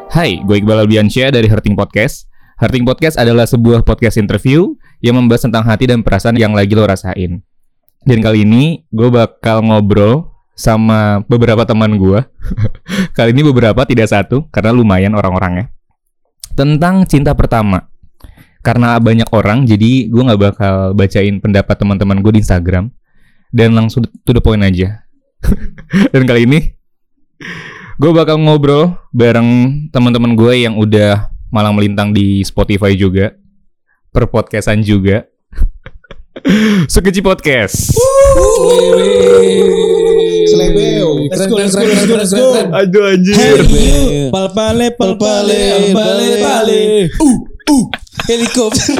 Hai, gue Iqbal Albiansyah dari Herting Podcast. Herting Podcast adalah sebuah podcast interview yang membahas tentang hati dan perasaan yang lagi lo rasain. Dan kali ini gue bakal ngobrol sama beberapa teman gue. Kali ini beberapa, tidak satu, karena lumayan orang-orangnya. Tentang cinta pertama. Karena banyak orang, jadi gue gak bakal bacain pendapat teman-teman gue di Instagram. Dan langsung to the point aja. Dan kali ini gue bakal ngobrol bareng teman-teman gue yang udah malang melintang di Spotify juga, per podcastan juga. Sukeci Podcast. Selebeo. Let's go. Aduh anjir. Pale. Helikopter.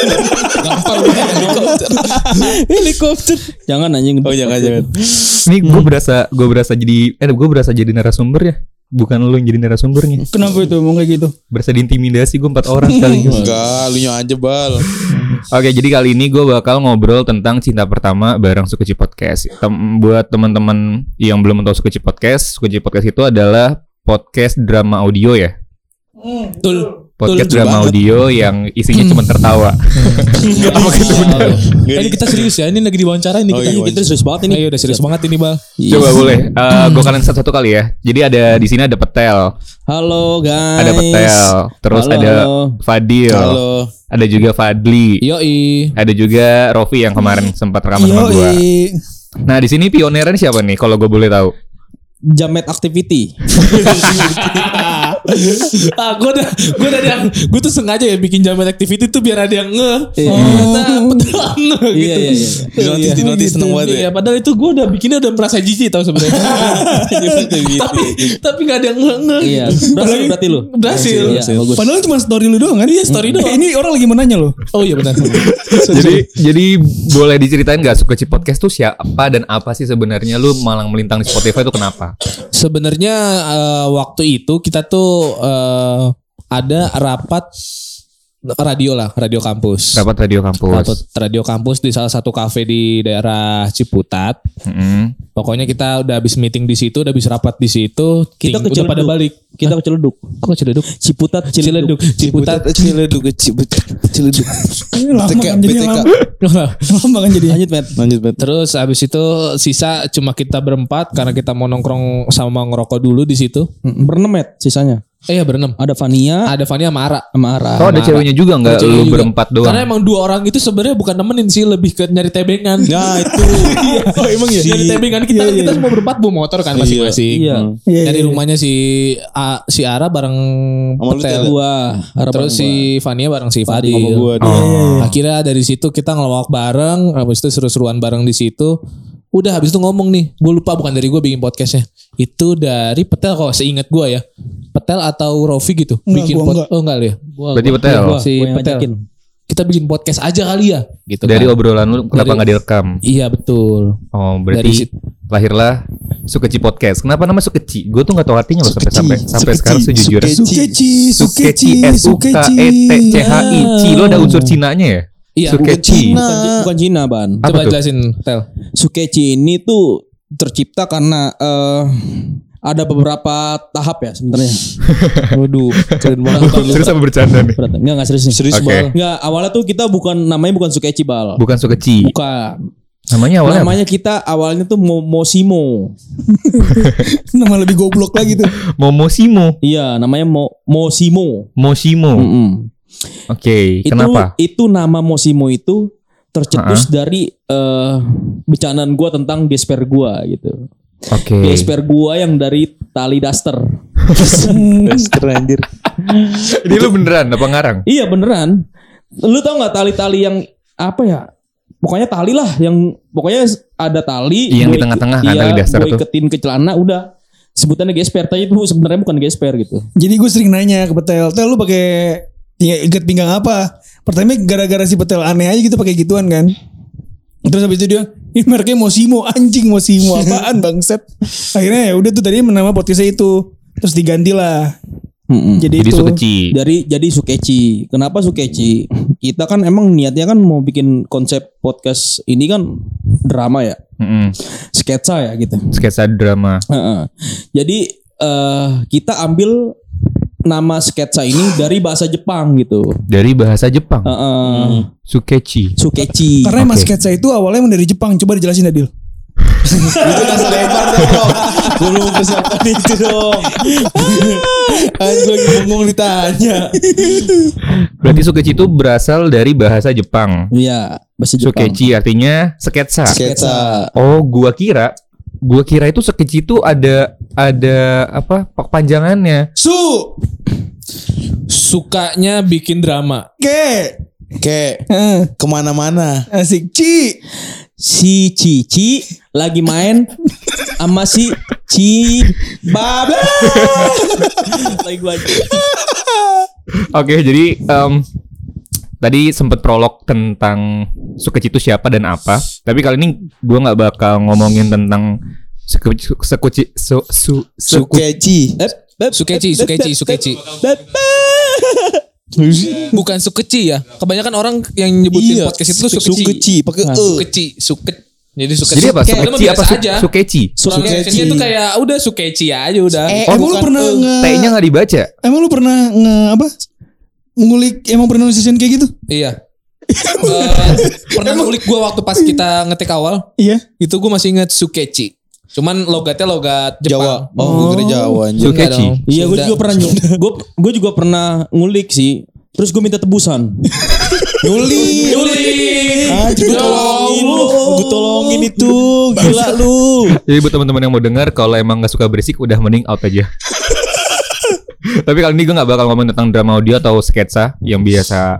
Helikopter. Jangan anjing. Oh jangan. Nih gue berasa jadi narasumber ya. Bukan lu yang jadi narasumbernya. Kenapa itu mau kayak gitu? Berasa diintimidasi gue 4 orang sekaligus. Enggak, lu nyo aja Bal. Oke, jadi kali ini gue bakal ngobrol tentang cinta pertama bareng Sukeci Podcast. Buat teman-teman yang belum tahu Sukeci Podcast itu adalah podcast drama audio ya. Betul. Podcast drama audio yang isinya cuma tertawa. Apa gitu benar? Ini kita serius ya, ini lagi diwawancara ini Kita serius banget ini. Ayo udah serius banget ini Bal. Coba boleh, gue kalian satu-satu kali ya. Jadi ada di sini ada Petel, Halo guys. ada Petel, terus Halo. ada Fadil, Halo. ada juga Fadli, Yoi. ada juga Rofi yang kemarin sempat rekaman sama gue. Nah di sini pioneran siapa nih? Kalau gue boleh tahu? Jamet Activity. Gue tuh sengaja ya bikin jaman activity tuh biar ada yang Iya. gitu. Di notis seneng banget ya. Iya, padahal itu gue udah bikinnya udah merasa jijik tau sebenarnya. tapi nggak ada yang nge. Iya. Berarti lu. Berhasil. Iya, bagus. Padahal cuma story lu doang kan? Iya, story doang. Ini orang lagi mau nanya loh. Oh iya benar. Jadi boleh diceritain nggak Sukeci Podcast tuh siapa dan apa sih sebenarnya lu malang melintang di Spotify itu kenapa? Sebenarnya waktu itu kita tuh ada rapat radio kampus. Rapat radio kampus. Di salah satu kafe di daerah Ciputat. Pokoknya kita udah habis meeting di situ, udah habis rapat di situ. Kita udah pada balik. Kita ke Ciledug. Kok ke Ciledug? Ciputat. Ini lama kan jadi lama kan jadi. Lanjut, Matt. Terus habis itu sisa cuma kita berempat karena kita mau nongkrong sama ngerokok dulu di situ. Berenam, Matt, sisanya. Iya berenam. Ada Fania sama Ara. Oh ada ceweknya juga nggak? Ada ceweknya Lu juga. berempat doang. Karena emang 2 orang itu sebenarnya bukan nemenin sih, lebih ke nyari tebengan. Nah itu. Oh emang ya? Nyari tebengan kita semua berempat bawa motor kan masing-masing. Iya. Dari rumahnya si Ara bareng Sama lu, Petel. Tel. Terus si Fania bareng si Fadil. Sama gua. Akhirnya dari situ kita ngelawak bareng, habis itu seru-seruan bareng di situ. Udah habis itu ngomong nih, gue lupa bukan dari gue bikin podcastnya. Itu dari Petel kok, seingat gue ya. Petel atau Rofi gitu. Enggak, gua enggak. Oh enggak ya. Berarti Petel. Si Gua yang Petel. ngajakin. Kita bikin podcast aja kali ya. Gitu Dari kan. obrolan lu kenapa Dari- nggak direkam? Iya betul. Oh Dari berarti situ. lahirlah Sukeci Podcast. Kenapa nama Sukeci? Gue tuh nggak tahu artinya loh sampai sekarang sejujurnya. Sukeci. Sukeci SUKETCHI. Ci lo ada unsur Cinanya ya? Iya. Sukeci. Bukan Cina, Ban. Apa Coba tuh? jelasin Tel. Sukeci ini tuh tercipta karena ada beberapa tahap ya sebenarnya. Waduh, keren banget. Serius apa bercanda nih? Berat. Enggak serius nih. Serius Oke. Bal. Enggak, awalnya tuh kita namanya bukan Sukeci, Bal. Bukan Sukeci. Bukan. Namanya awalnya apa? Namanya kita awalnya tuh Mosimo. Nama lebih goblok lagi tuh. Momosimo. Iya, namanya Mosimo. Mosimo. Oke, kenapa? Itu nama Mosimo itu tercetus dari bercandaan gua tentang gesper gua gitu. Oke. Gesper gua yang dari tali daster. Anjir. Ini lu beneran apa ngarang? Iya beneran. Lu tau nggak tali-tali yang apa ya? Pokoknya tali lah yang pokoknya ada tali Yang di gua tengah-tengah kan, tali daster gua tuh. iketin ke celana udah sebutannya gesper, tapi itu sebenarnya bukan gesper gitu. Jadi gue sering nanya ke Petel, Tel lu pakai ikat pinggang apa? Pertama gara-gara si Petel aneh aja gitu pakai gituan kan. Terus habis itu dia, ini mereknya Mosimo, anjing Mosimo apaan bangset. Akhirnya ya udah tuh tadi nama podcastnya itu. Terus diganti lah. Jadi itu Sukeci. Jadi Sukeci. Kenapa Sukeci? Kita kan emang niatnya kan mau bikin konsep podcast ini kan drama ya, sketsa ya gitu. Sketsa drama. Jadi kita ambil nama sketsa ini dari bahasa Jepang gitu. Dari bahasa Jepang. Sukechi. Karena emang sketsa itu awalnya emang dari Jepang. Coba dijelasin Adil. Itu udah selebar dong. Gue belum persiapan itu dong. Gue lagi bingung ditanya. Berarti Sukechi itu berasal dari bahasa Jepang. Iya, bahasa Jepang. Sukechi artinya sketsa. Sketsa. Oh, gua kira itu Sukechi itu ada apa panjangannya. Sukanya bikin drama. Kayak kemana-mana. Asik. Si Cici lagi main sama si Babla. Lagi gua. Oke, jadi tadi sempet prolog tentang Sukechi itu siapa dan apa. Tapi kali ini gua nggak bakal ngomongin tentang Sukechi. Sukechi. Bukan Sukechi ya. Kebanyakan orang yang nyebutin podcast itu Sukechi. Pakai Suket. Jadi Jadi apa? Sukechi apa Sukechi? Sukechi itu kayak udah Sukechi aja udah. Emang lu pernah T-nya nggak dibaca. Emang lu pernah ngulik emang pronunciation kayak gitu? Iya. Pernah ngulik gue waktu pas kita ngetik awal. Iya. Itu gue masih ingat Sukechi. Cuman logatnya logat Jepang. Jawa. Oh, gue kira Jawa anjir. Sukechi. Iya, gue juga pernah ngulik sih. Terus gue minta tebusan. Nyuli. Anjir gue tolongin itu. Gila lu. Jadi buat teman-teman yang mau dengar, kalau emang nggak suka berisik, udah mending out aja. Tapi kali ini gue nggak bakal ngomong tentang drama audio atau sketsa yang biasa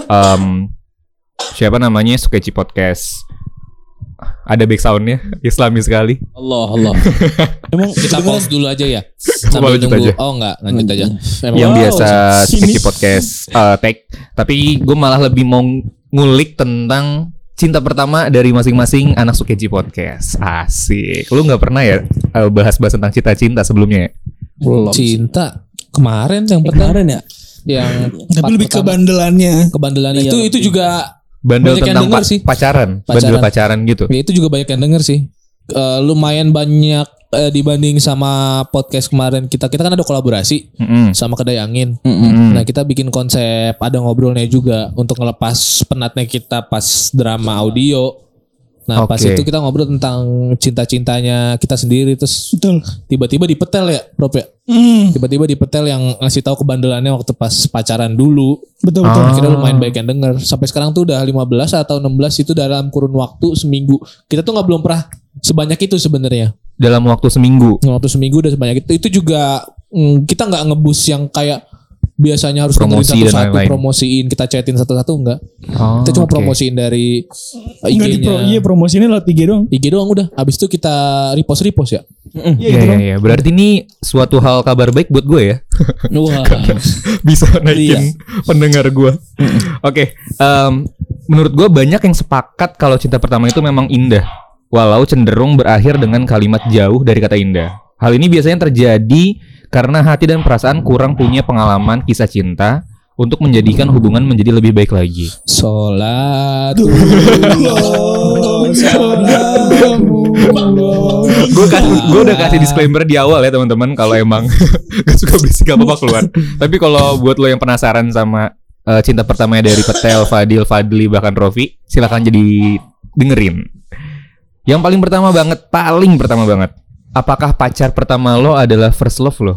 siapa namanya Sukechi Podcast. Ada back soundnya Islami sekali. Allah. Emang kita pause dulu aja ya. Sambil Sambil nunggu. aja. Oh enggak, lanjut aja. Yang biasa Sukechi Podcast take. Tapi gue malah lebih mau ngulik tentang cinta pertama dari masing-masing anak Sukechi Podcast. Asik. Lu nggak pernah ya bahas-bahas tentang cinta-cinta sebelumnya ya? Belum. Cinta kemarin yang Kemarin ya. yang Tapi lebih kebandelannya. kebandelan Iya, itu juga Bandel banyak yang tentang denger sih. pacaran. Bandel pacaran gitu. ya, itu juga banyak yang denger sih. Lumayan banyak dibanding sama podcast kemarin kita kan ada kolaborasi sama Kedai Angin. Nah, kita bikin konsep ada ngobrolnya juga untuk ngelepas penatnya kita pas drama audio. Nah, pas Oke. itu kita ngobrol tentang cinta-cintanya kita sendiri. Terus Betul. tiba-tiba dipetel ya Rob ya. Tiba-tiba dipetel yang ngasih tahu kebandelannya waktu pas pacaran dulu. Betul. Akhirnya lumayan banyak yang denger. Sampai sekarang tuh udah 15 atau 16 itu dalam kurun waktu seminggu. Kita tuh belum pernah sebanyak itu sebenarnya. Dalam waktu seminggu. Waktu seminggu udah sebanyak itu. Itu juga kita nggak ngebus yang kayak biasanya harus Promosi dengerin dan satu-satu, lain-lain. promosiin, kita chatin satu-satu enggak. Oh, Kita cuma oke. promosiin dari Enggak IG-nya. promosinya lewat IG doang. IG doang udah. Habis itu kita repost ya. Iya. Berarti ini suatu hal kabar baik buat gue ya. Wah. Bisa naikin pendengar gue. Oke, menurut gue banyak yang sepakat kalau cinta pertama itu memang indah, walau cenderung berakhir dengan kalimat jauh dari kata indah. Hal ini biasanya terjadi karena hati dan perasaan kurang punya pengalaman kisah cinta untuk menjadikan hubungan menjadi lebih baik lagi. Sholat. Gue udah kasih disclaimer di awal ya teman-teman, kalau emang gak suka berisik gak apa-apa keluar. Tapi kalau buat lo yang penasaran sama cinta pertamanya dari Petel, Fadil, Fadli bahkan Rofi, silakan jadi dengerin. Yang paling pertama banget, apakah pacar pertama lo adalah first love lo?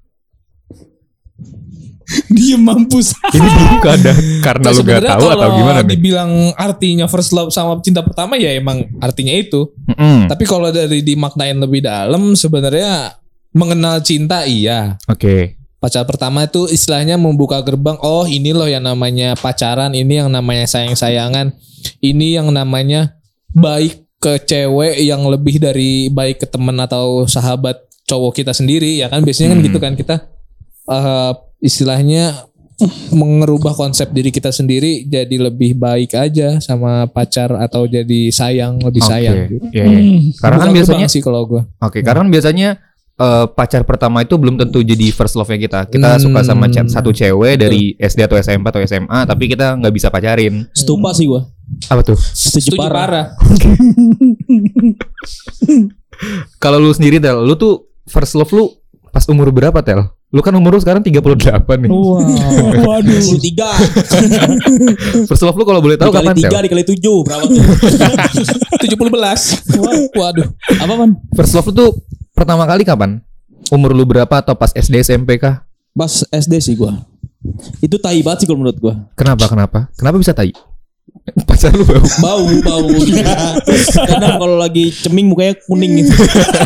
Dia mampus. Ini belum keadaan karena lo gak Sebenarnya tahu atau kalau gimana nih? dibilang artinya first love sama cinta pertama ya emang artinya itu. Tapi kalau dari dimaknain lebih dalam sebenarnya mengenal cinta iya. Oke. Pacar pertama itu istilahnya membuka gerbang. Oh, ini loh yang namanya pacaran, ini yang namanya sayang-sayangan, ini yang namanya baik ke cewek yang lebih dari baik ke teman atau sahabat cowok kita sendiri ya kan, biasanya kan gitu kan, kita istilahnya mengerubah konsep diri kita sendiri jadi lebih baik aja sama pacar atau jadi lebih sayang gitu. Iya. Karena kan Bukan biasanya gerbang sih kalau gue. Oke, karena kan biasanya pacar pertama itu belum tentu jadi first love-nya kita. Kita suka sama satu cewek dari SD atau SMP atau SMA, tapi kita nggak bisa pacarin. Stupa sih gua. Apa tuh? Setuju parah. Kalau lu sendiri Tel, lu tuh first love lu pas umur berapa Tel? Lu kan umur lu sekarang 38 nih. Wow. Waduh. 23 First love lu kalau boleh tahu dikali kapan, Tel? 3 dikali 7 berapa tuh? 70 belas. Waduh. Apa man? First love lu tuh pertama kali kapan? Umur lu berapa atau pas SD SMP kah? Pas SD sih gua. Itu tai banget sih kalau menurut gua. Kenapa? Kenapa bisa tai? Pacar lu bau. Bau. Kadang kalau lagi ceming mukanya kuning gitu.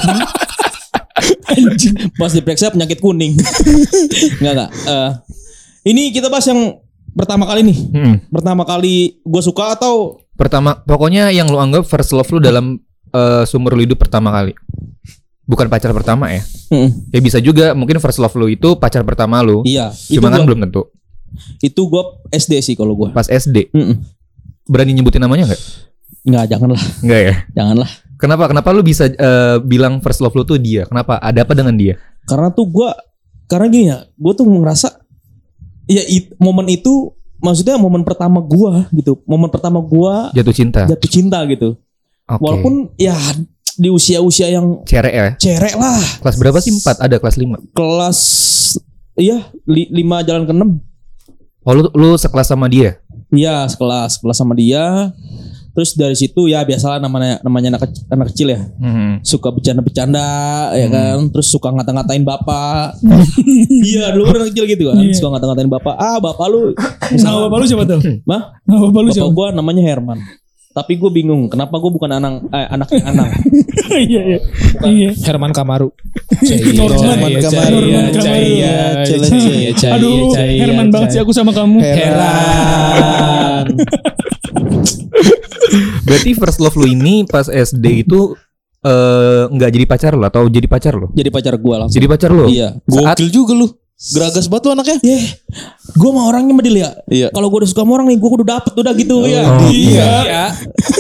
Pas diperiksa penyakit kuning. Enggak. Ini kita bahas yang pertama kali nih. Pertama kali gue suka atau Pokoknya yang lu anggap first love lu dalam seumur lu hidup pertama kali. Bukan pacar pertama ya. Ya bisa juga mungkin first love lu itu pacar pertama lu. Iya. Cuma kan belum tentu. Itu gue SD sih kalau gue. Pas SD. Berani nyebutin namanya enggak? Enggak, janganlah. Enggak ya? Janganlah. Kenapa lu bisa bilang first love lu tuh dia? Kenapa? Ada apa dengan dia? Karena gini ya, gue tuh ngerasa ya momen itu maksudnya momen pertama gue gitu. Momen pertama gue Jatuh cinta gitu. Oke. Walaupun ya di usia-usia yang cerek ya? cerek lah. Kelas berapa sih? 4? Ada kelas 5? Kelas 5 jalan ke 6. Oh lu sekelas sama dia? Iya, sekelas sama dia. Terus dari situ ya biasalah namanya anak kecil ya. Suka bercanda-bercanda ya kan. Terus suka ngata-ngatain bapak. Iya, dulu kan anak kecil gitu kan. Suka ngata-ngatain bapak. Bapak lu. Nama bapak lu siapa tuh? Mah? Nama bapak lu siapa? Bapak gua namanya Herman. Tapi gue bingung kenapa gue bukan anaknya Anang. Iya. Herman Kamaru. Norman Kamaru. Aduh, Herman banget sih aku sama kamu. Heran. Berarti first love lu ini pas SD itu nggak jadi pacar lo atau jadi pacar lo? Jadi pacar gue langsung. Jadi pacar lo? Iya. Gokil juga lu. Geragas banget lu anaknya. Gue mah orangnya medil ya. Iya. Kalau gue udah suka sama orang nih, gue udah dapet udah gitu ya. Iya.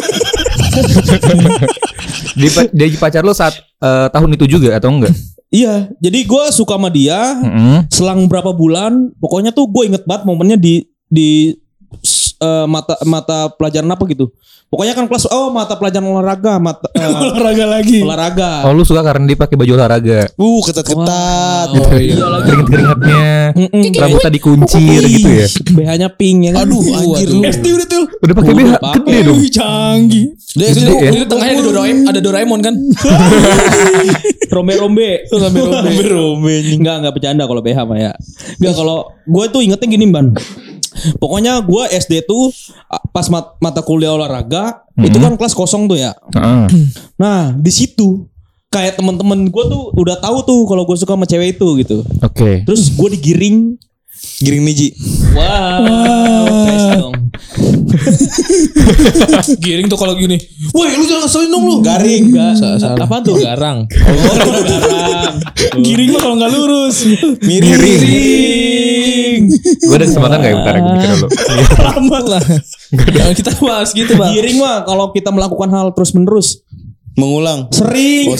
Dia pacar lo saat tahun itu juga atau enggak? Iya. Jadi gue suka sama dia. Selang berapa bulan, pokoknya tuh gue inget banget momennya di mata pelajaran apa gitu. Pokoknya kan kelas mata pelajaran olahraga, Olahraga lagi. olahraga. Oh lu suka karena dia pakai baju olahraga. Ketat-ketat. Oh iya. Keringet-keringetnya, rambutnya dikuncir gitu ya. BH-nya pink ya kan. Aduh anjir lu. SD udah tuh. Udah pakai BH gede dong. Wih, canggih. Itu tengahnya ada Doraemon kan? Rombe-rombe. Enggak bercanda kalau BH mah ya. Enggak, kalau gue tuh ingetnya gini, Ban. Pokoknya gue SD tuh pas mata kuliah olahraga itu kan kelas kosong tuh ya. Nah di situ kayak teman-teman gue tuh udah tahu tuh kalau gue suka sama cewek itu gitu. Oke. Terus gue digiring. Giring Miji. Guys dong. Giring tuh kalau gini. Woi, lu jangan ngeselin dong lu. Garing. Apaan tuh? Garang. Garang. Giring mah kalau nggak lurus. Miring. Gue ada kesempatan gak ya bentar gue mikir dulu. Lama lah. Jangan kita bahas gitu, Bang. Giring mah kalau kita melakukan hal terus menerus. Mengulang. Sering.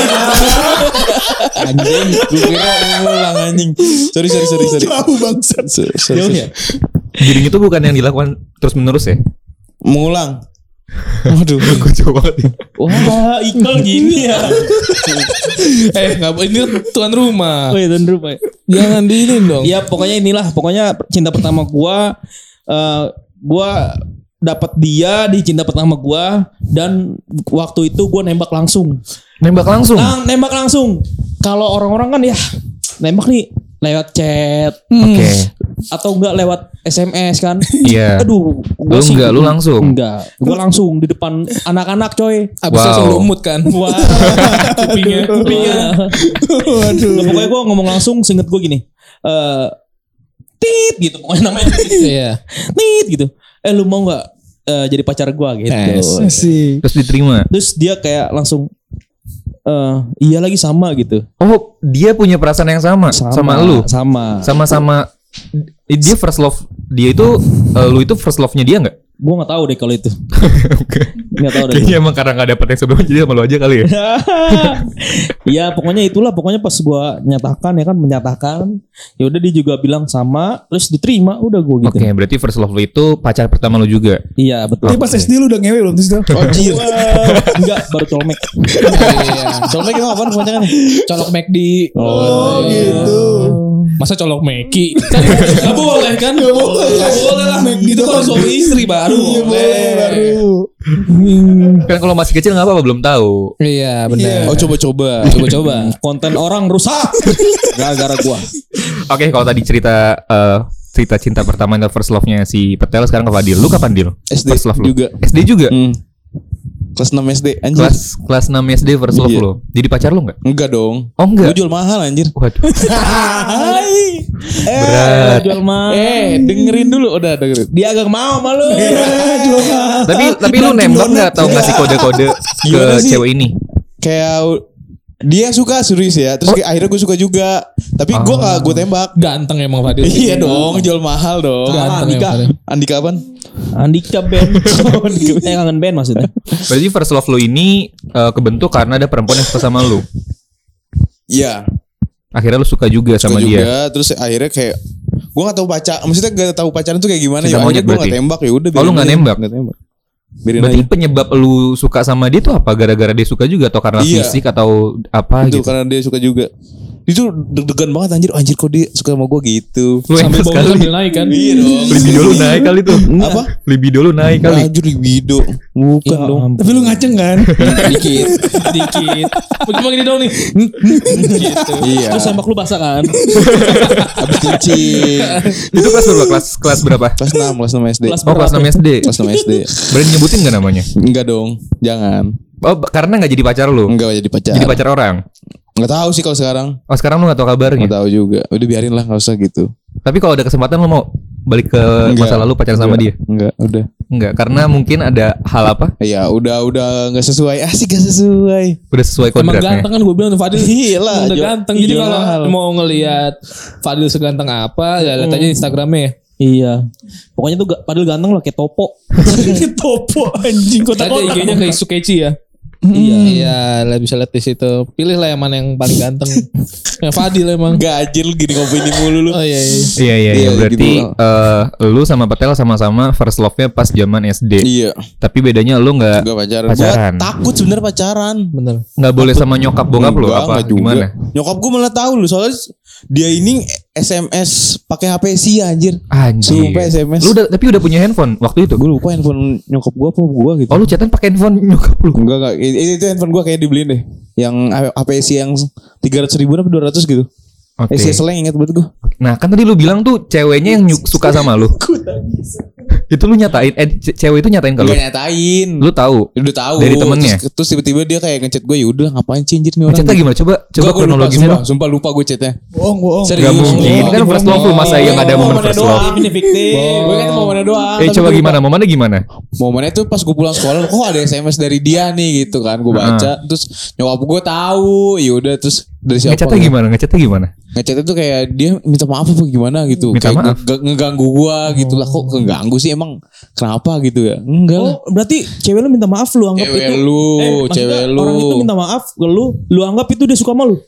Anjing. Gue kira mengulang anjing. Sorry. Jauh bangsat. Jauh ya. Giring itu bukan yang dilakukan terus menerus ya? Mengulang. Waduh. Gue coba banget ya. Wah, Iqbal gini ya. Nggak ini kan tuan rumah. Oh iya, tuan rumah. Jangan diinin dong. Ya pokoknya inilah. Pokoknya cinta pertama gua dapat dia di cinta pertama gua, dan waktu itu gua nembak langsung. Nembak langsung? Nembak langsung. Kalau orang-orang kan ya nembak nih lewat chat. Oke. Atau enggak lewat SMS kan. Iya. Aduh, Lu enggak, lu langsung? Enggak. Gua langsung di depan anak-anak coy. Abis langsung lumut kan. Wah. Kupingnya. Waduh. Pokoknya gue ngomong langsung, seinget gue gini. Tit gitu pokoknya namanya. Iya. Tit gitu. Lu mau gak jadi pacar gue gitu. Asik. Terus diterima? Terus dia kayak langsung iya lagi sama gitu. Oh dia punya perasaan yang sama lu? Sama-sama. Dia first love dia itu lu itu first love-nya dia nggak? Gue nggak tahu deh kalau itu. Oke. Nggak tahu deh. Kayaknya emang karena nggak dapet yang sebelumnya jadi sama lu aja kali ya. Ya pokoknya itulah. Pokoknya pas gue menyatakan. Ya udah dia juga bilang sama. Terus diterima. Udah gue gitu. Oke, berarti first love lu itu pacar pertama lu juga. Iya betul. Tapi pas SD lu udah ngewe belum tuh? Anjir. Enggak, baru colmek. Iya. Colmek itu apaan kepanjangan? Colok McD. Oh gitu. Masa colok Meki? Kan gak boleh kan? Gak boleh lah Meki itu kalau suami istri baru. Iya boleh baru. Kan kalau masih kecil nggak apa-apa, belum tahu. Iya benar. Oh coba-coba. Coba-coba. Konten orang rusak. Gara-gara gua. Oke, kalau tadi cerita cinta pertama dan first love-nya si Petel, sekarang ke Fadil. Lu kapan, Dil? SD First love lu? juga. SD juga? Kelas 6 SD anjir. Kelas 6 SD first love Iya. lu. Jadi pacar lu enggak? Enggak dong. Oh enggak. Gue jual mahal anjir. Waduh. Berat. Jual mah. Dengerin dulu, udah dengerin. Dia agak mau sama lu. Tapi lu nembak enggak atau ngasih kode-kode ke Gimana sih? cewek ini? Kayak dia suka serius ya. Terus kayak akhirnya gue suka juga. Tapi gue gak gue tembak. Ganteng emang Fadil. Iya dong, jual mahal dong. Ganteng Andika. emang Fadil. Andika apaan? Andika band. Kangen band maksudnya. Berarti first love lu ini kebentuk karena ada perempuan yang suka sama lu. Iya. Akhirnya lu suka juga Suka sama juga. dia. Terus akhirnya kayak gue gak tahu maksudnya gak tahu pacaran tuh kayak gimana Cinta ya. monyet Akhirnya gue berarti? gak tembak ya udah. Oh, lu nggak nembak? Gak tembak. Biarin Berarti aja. penyebab lu suka sama dia tuh apa? Gara-gara dia suka juga atau karena Iya. fisik atau apa Itu gitu? karena dia suka juga. Itu deg-degan banget anjir kok dia suka sama gue gitu. Lu Sambil enak bau sekali. sambil naik kan. Iya dong. Libido lu naik kali tuh. Apa? Libido lu naik kali. Anjir libido. Bukan Ya dong. ampun. Tapi lu ngaceng kan? Dikit. Dikit. Bagaimana gini dong nih? Gitu. Iya. Terus sembak lu basah kan? Habis kencing. Itu kelas berapa? Kelas berapa? Kelas 6 SD. Kelas Oh, kelas 6 SD. Kelas 6 SD. Berani nyebutin gak namanya? Enggak dong. Jangan. Oh, karena gak jadi pacar lu? Enggak jadi pacar. Jadi pacar orang? Enggak tahu sih kalau sekarang. Oh, sekarang lu gak tahu kabarnya? Enggak tahu juga. Udah biarin lah, enggak usah gitu. Tapi kalau ada kesempatan lu mau balik ke masa lalu pacaran sama dia? Enggak, udah. Enggak, karena mungkin ada hal apa? Ya udah enggak sesuai. Asik gak sesuai. Udah sesuai Emang kodratnya. ganteng kan gue bilang Fadil. Iya lah, Udah jual- ganteng. Jadi jual kalau mahal. mau ngelihat Fadil seganteng apa, ya lihat aja Instagramnya ya. Iya. Pokoknya tuh padahal ganteng lah kayak topo. Topo anjing Tadi kotak-kotak. IG-nya kayak Sukeci ya. Iya. Iya, lah bisa lihat di situ. Pilih lah yang mana yang paling ganteng. Yang Fadil emang. Enggak anjir lu gini ngomongin mulu lu. Oh iya. Iya, Iya, berarti gitu. lu sama Petel sama-sama first love-nya pas zaman SD. Iya. Tapi bedanya lu nggak Enggak pacaran. Pacaran. Gua takut sebenarnya pacaran. Bener. nggak boleh sama nyokap bokap lu Enggak, apa enggak juga. gimana? Nyokap gue malah tahu lu soalnya dia ini SMS pakai HP sih anjir. Anjir. Sumpah SMS. Lu tapi udah punya handphone waktu itu? Gue lupa handphone nyokap gue apa gue gitu. Oh, lu chatan pakai handphone nyokap lu? Enggak. Itu handphone gue kayak dibeliin deh. Yang HPC yang 300.000 apa 200 gitu. Oke. Seleng ingat buat gue. Nah, kan tadi lu bilang tuh ceweknya yang suka sama lu. Itu lu nyatain cewek itu nyatain ke lu. Enggak nyatain. Lu tahu? Udah tahu. Dari temennya? Terus tiba-tiba dia kayak ngechat gue, ya udah ngapain sih anjir nih orang. Ngechatnya gimana? Coba Gua kronologisnya lupa, dong. sumpah lupa gue chatnya. Bohong. Serius. Gak mungkin kan first love lu, masa yang ada momen first love. Ini fiktif. Gue kan momennya doang. Coba gimana? Momennya gimana? Momennya tuh pas gue pulang sekolah, kok ada SMS dari dia nih gitu kan. Gue baca, terus nyokap gue tahu. Ya udah terus dari siapa? Ngechatnya gimana? Ngechatnya gimana? Ngechatnya tuh kayak dia minta maaf apa gimana gitu. Minta Kayak maaf? ngeganggu gue gitu lah. Kok ngeganggu sih emang kenapa gitu ya? Enggak lah. Oh, berarti cewek lu minta maaf lu anggap Cewek itu. lu, maksudnya cewek lu. Orang itu minta maaf ke lu anggap itu dia suka sama lu.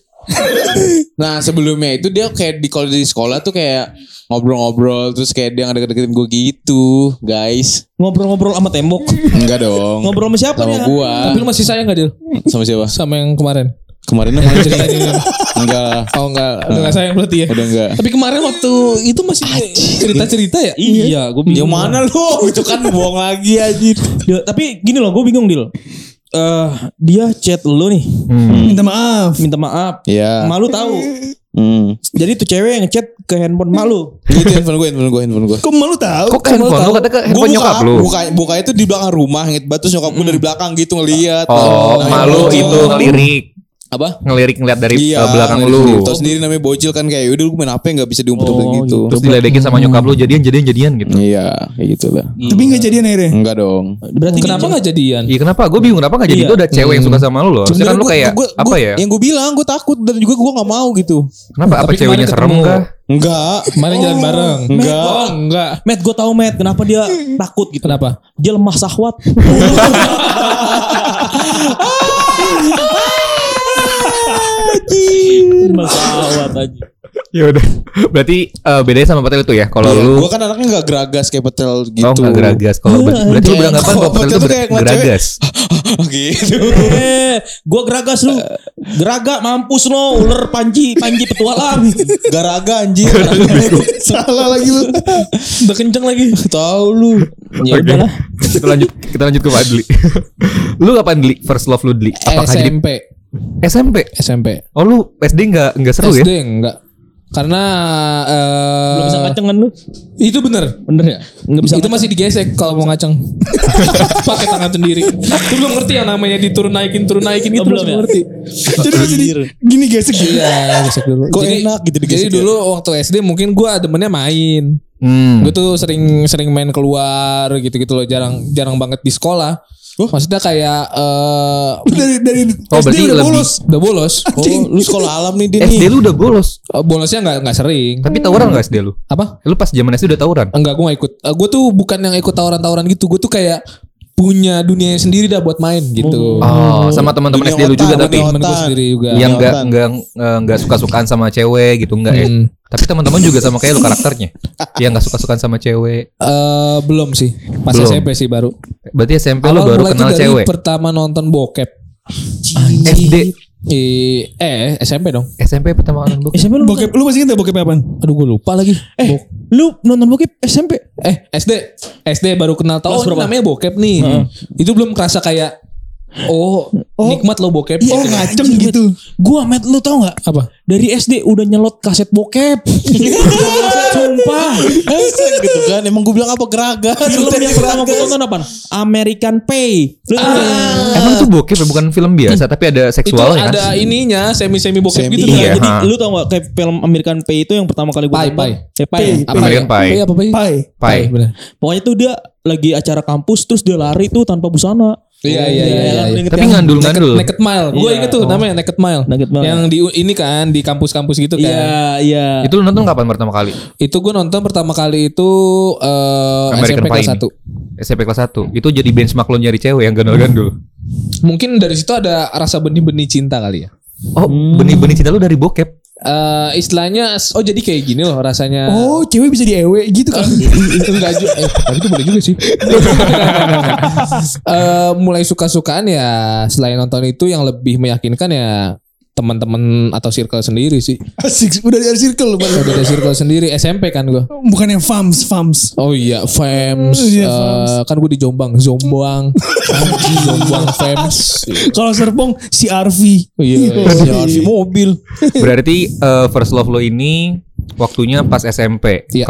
Nah sebelumnya itu dia kayak kalau di sekolah tuh kayak ngobrol-ngobrol. Terus kayak dia ngedeket-deketin gue gitu guys. Ngobrol-ngobrol sama tembok. Enggak dong. Ngobrol sama siapa Sama dia? gue. Tapi lu masih sayang gak Dil? Sama siapa? Sama yang kemarin? Kemarin Yang ceritain ini. enggak lah. Oh enggak, udah gak sayang berarti ya? Udah enggak. Tapi kemarin waktu itu masih cerita-cerita ya? Iya, gue bingung. Yang mana lu? Itu kan bohong lagi anjir. Tapi gini loh, gue bingung Dil. Dia chat lu nih, Minta maaf. minta maaf. Iya. Malu tahu. Jadi tuh cewek yang ngechat ke handphone malu. Itu handphone gue. Kok malu tahu? Kok ke handphone lu? Kata ke handphone nyokap lu. Buka itu di belakang rumah, inget banget. Terus nyokap gue dari belakang gitu ngeliat. Oh, malu bocil. itu ngelirik. Apa? Ngeliat dari Iya, belakang lu. Tahu sendiri namanya bocil kan kayak udah lu main apa nggak bisa diumpet Oh, gitu. Terus diledekin sama nyokap lu jadian gitu. Iya, kayak gitu lah. Tapi gak jadian akhirnya. Enggak dong. Berarti Kenapa gak jadian? Iya, kenapa? Gue bingung kenapa gak jadi? Iya. Itu udah cewek yang suka sama lu loh. Harusnya kan lu kayak apa ya? Yang gue bilang gue takut dan juga gue nggak mau gitu. Kenapa? Apa Tapi ceweknya kemarin serem ketemu. kah? Enggak. Kemarin jalan bareng? Enggak. Oh enggak. Matt, gue tahu Matt, kenapa dia takut gitu. Kenapa? Dia lemah sahwat. Lemah sahwat aja. Ya udah. Berarti bedanya sama Petel itu ya. Kalau lu Gue kan anaknya gak geragas kayak Petel gitu. oh enggak geragas. Kalau berarti lu beranggapan kalau Petel itu Petel tuh kayak ngeliat cewek. geragas. Gitu. Gua geragas lu. Geraga mampus lo, ular panji petualang. Garaga anjir. Salah lagi lu. Udah kenceng lagi. Tahu lu. Ya Oke. udahlah. Kita lanjut ke Fadli. Lu kapan Dli? First love lu Dli? Apakah jadi SMP. SMP? Oh lu SD enggak seru SD ya? enggak. Karena Belum bisa ngaceng kan lu? itu bener. Bener ya? Enggak bisa. Itu masih digesek kalau mau ngaceng. Pakai tangan sendiri. Itu belum ngerti yang namanya diturun naikin itu belum belum ya? ngerti. Jadi masih gini gesek. Iya, gesek dulu. Kok enak gitu Jadi digesek ya? dulu waktu SD mungkin gue demennya main. Gue tuh sering main keluar gitu-gitu loh, jarang banget di sekolah. Maksudnya kayak Dari Oh, SD berarti udah lebih- bolos. udah bolos. Oh, lu sekolah alam nih Din SD nih. lu udah bolos. Bolosnya nggak sering. Tapi tawuran enggak SD lu? Apa? Lu pas zaman SD udah tawuran? Enggak, gue gak ikut. Gue tuh bukan yang ikut tawuran-tawuran gitu. Gue tuh kayak punya dunianya sendiri dah buat main gitu. Oh, sama teman-teman Dunia SD lu juga otak, tapi dunia Temen gue otak. sendiri juga. yang Kelihatan. enggak suka-sukaan sama cewek gitu enggak ya? Tapi teman-teman juga sama kayak lu karakternya. Yang enggak suka-sukaan sama cewek. Belum sih. Pas Belum. SMP sih baru. Berarti SMP lu Awal baru mulai kenal tuh dari cewek. pertama nonton bokep. SD. SMP dong. SMP pertama nonton bokep. SMP lu Bokep, lu masih ingat bokep apaan? Aduh gue lupa lagi. lu nonton bokep SMP? SD baru kenal tahu Kelas ini berapa? namanya bokep nih. Itu belum kerasa kayak nikmat lo bokep. Oh ngaceng gitu. Gua met lu tau gak? Apa? Dari SD udah nyelot kaset bokep. Sumpah. Gitu kan. Emang gue bilang apa geragas. Film yang pertama gue tonton apa? American Pie. Lu tau nggak? Emang tuh bokep ya, bukan film biasa tapi ada Itu seksualnya kan? ada ininya semi bokep Semi. gitu. Iya. Jadi ha. lu tau gak kayak film American Pie itu yang pertama kali gue Pie, nonton? Pie. Pie. Apa American ya? Pie. Apa ya? Pai. Pai. Bener. Pokoknya tuh dia lagi acara kampus terus dia lari tuh tanpa busana. Iya. Lu inget Tapi kan? ngandul-ngandul. Naked Mile. Gue Iya. inget tuh namanya Naked Mile. Naked Mile. Yang di ini kan di kampus-kampus gitu kan. Iya. Itu lu nonton kapan pertama kali? Itu gue nonton pertama kali itu American SMP Pie kelas ini. 1. SMP kelas 1. Itu jadi benchmark lo nyari cewek yang gandul-gandul. Mungkin dari situ ada rasa benih-benih cinta kali ya. Oh, benih-benih cinta lu dari bokep. Istilahnya jadi kayak gini loh rasanya. Oh cewek bisa diewe gitu kan. Enggak juga. Tapi itu boleh juga sih. Mulai suka-sukaan ya selain nonton itu yang lebih meyakinkan ya teman-teman atau circle sendiri sih. Asik. Udah dari circle lu. Bang. Udah ada circle sendiri SMP kan gue. Bukan yang fams. Oh iya, Fems. Iya, Kan gue di Jombang, Zombang. Anjing, Jombang Fems. Kalau Serpong si RV. Iya, Si mobil. Berarti first love lo ini waktunya pas SMP. Iya.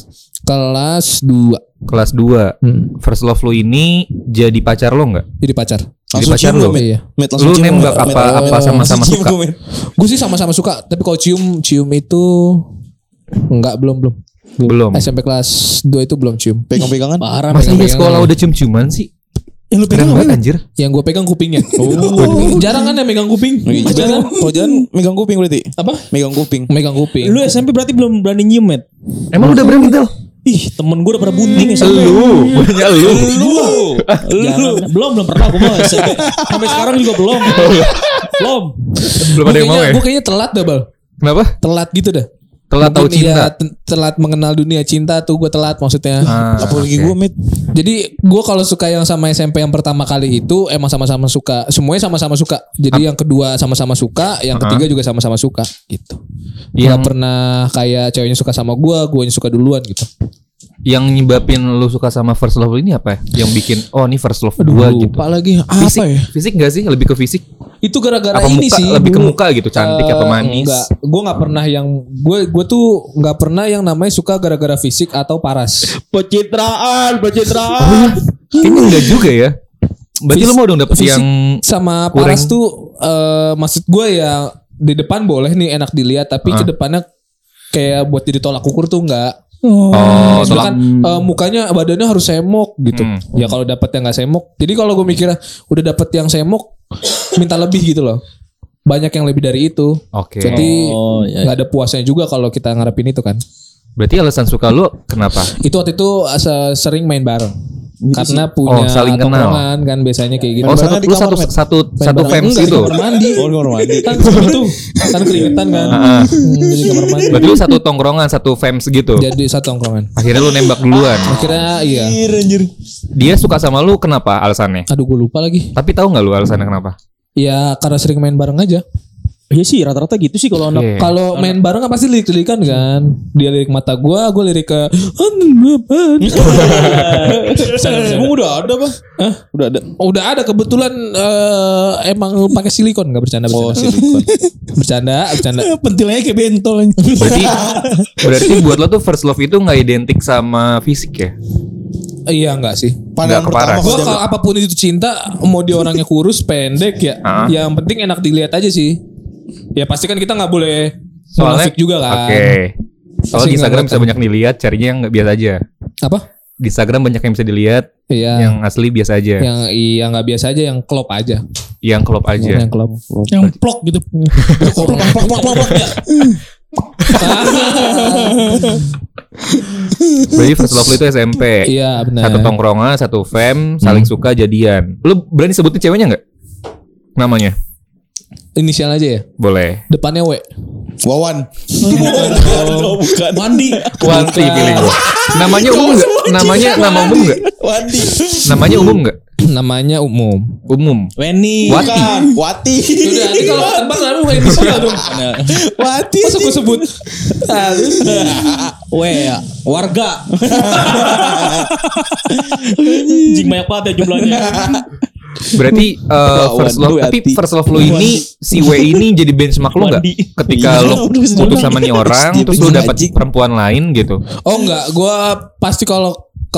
Kelas 2 kelas 2. First love lo ini jadi pacar lo enggak? jadi pacar. Langsung pacar cium lu. lu, Met. Iya. Met, langsung Lu cium nembak lu, Met. apa sama-sama Langsung cium suka? lu, Met. Gue sih sama-sama suka, tapi kalau cium itu enggak belum. Belum. SMP kelas 2 itu belum cium. Pegang-pegangan. Parah. Masa iya pegang-pegangan. sekolah udah cium-ciuman sih? Yang lu Keren pegang banget apa? anjir. Yang gue pegang kupingnya. Jarang kan yang megang kuping. Jangan, kalau jangan megang kuping berarti. Apa? Megang kuping. Megang kuping. Lu SMP berarti belum berani nyium, Met? Emang udah berani Tel? Ih, temen gue udah pada bunting SMP. Punya lu. Jangan, belum pernah gue mau SMP. Sampai sekarang juga belum. Belum. Belum ada yang mau ya? Gue kayaknya telat dah, Bal. Kenapa? Telat gitu dah. Telat tahu Mungkin cinta. iya, telat mengenal dunia cinta tuh gue telat maksudnya. Apalagi oke. gue, Met. Jadi gue kalau suka yang sama SMP yang pertama kali itu emang sama-sama suka. Semuanya sama-sama suka. Jadi yang kedua sama-sama suka, yang ketiga juga sama-sama suka gitu. Yang- Gak pernah kayak ceweknya suka sama gue yang suka duluan gitu. Yang nyebabin lu suka sama first love ini apa ya? Yang bikin ini first love gua gitu. Lupa lagi Fisik, apa ya? fisik gak sih? Lebih ke fisik? Itu gara-gara Apa ini muka? sih. Lebih ke dulu. muka gitu, cantik atau manis? Enggak, gue nggak pernah yang gue tuh nggak pernah yang namanya suka gara-gara fisik atau paras. Pencitraan. Kayaknya enggak juga ya. Berarti lu mau dong dapet Fisik yang sama kurang. paras tuh maksud gue ya di depan boleh nih enak dilihat tapi ke depannya kayak buat jadi tolak ukur tuh enggak. Oh, Maksudnya kan mukanya badannya harus semok gitu. Ya kalau dapet yang nggak semok. Jadi kalau gue mikirnya udah dapet yang semok minta lebih gitu loh. Banyak yang lebih dari itu. Oke. Jadi Oh, iya. nggak ada puasnya juga kalau kita ngarepin itu kan. Berarti alasan suka lu kenapa? Itu waktu itu sering main bareng. Karena punya saling kenal. tongkrongan kan biasanya kayak gitu. Oh, Bareng-bareng di kamar, Met. satu fans Enggak, di gitu. kamar mandi. Oh, di kamar mandi. Kan gitu. Kan keringetan kan. Jadi kamar mandi. Berarti lu satu tongkrongan, satu fans gitu. Jadi satu tongkrongan. Akhirnya lu nembak duluan. Akhirnya iya. Anjir. Dia suka sama lu kenapa alasannya? Aduh gue lupa lagi. Tapi tahu nggak lu alasannya kenapa? Ya karena sering main bareng aja. Iya sih rata-rata gitu sih kalau anak. Oke. Kalau main bareng kan pasti lirik-lirikan kan. Dia lirik mata gue lirik ke. Emang udah ada, Bang? Hah? Udah ada. Udah ada kebetulan emang pakai silikon nggak bercanda. Oh, silikon. bercanda. Pentilnya kayak bentol. Berarti buat lo tuh first love itu nggak identik sama fisik ya? Iya enggak sih. Pandangan Nggak keparas. pertama Gua kalau kalau apapun itu cinta, mau dia orangnya kurus, pendek ya, yang penting enak dilihat aja sih. Ya pasti kan kita nggak boleh munafik juga kan. Oke. Soalnya Pasti di Instagram nggak bisa banyak dilihat, carinya yang nggak biasa aja. Apa? Di Instagram banyak yang bisa dilihat, Iya. yang asli biasa aja, Yang iya nggak biasa aja, yang klop aja. yang klop aja. Yang klop. Yang plok gitu. Berarti first love lo itu SMP. Iya benar. Satu tongkrongan, satu fam, saling suka, jadian. Lu berani sebutin ceweknya nggak? Namanya? Inisial aja ya. Boleh. Depannya W. Wawan. Bukan. Mandi. Wanti feeling gua. Namanya umum nggak? Nama umum nggak? Wandi. Namanya umum nggak? Namanya umum. Umum. Weni. Wati. Bukan. Wati. Udah, nanti kalau tebak namanya bukan inisial dong. Wati. Masa gue sebut? Ya. Warga. Jing banyak banget ya jumlahnya. Berarti first love, tapi first love lo ini si W ini jadi benchmark lo nggak? Wandi. Ketika lo putus sama nih orang, terus lo dapet perempuan lain gitu. Oh enggak, gue pasti kalau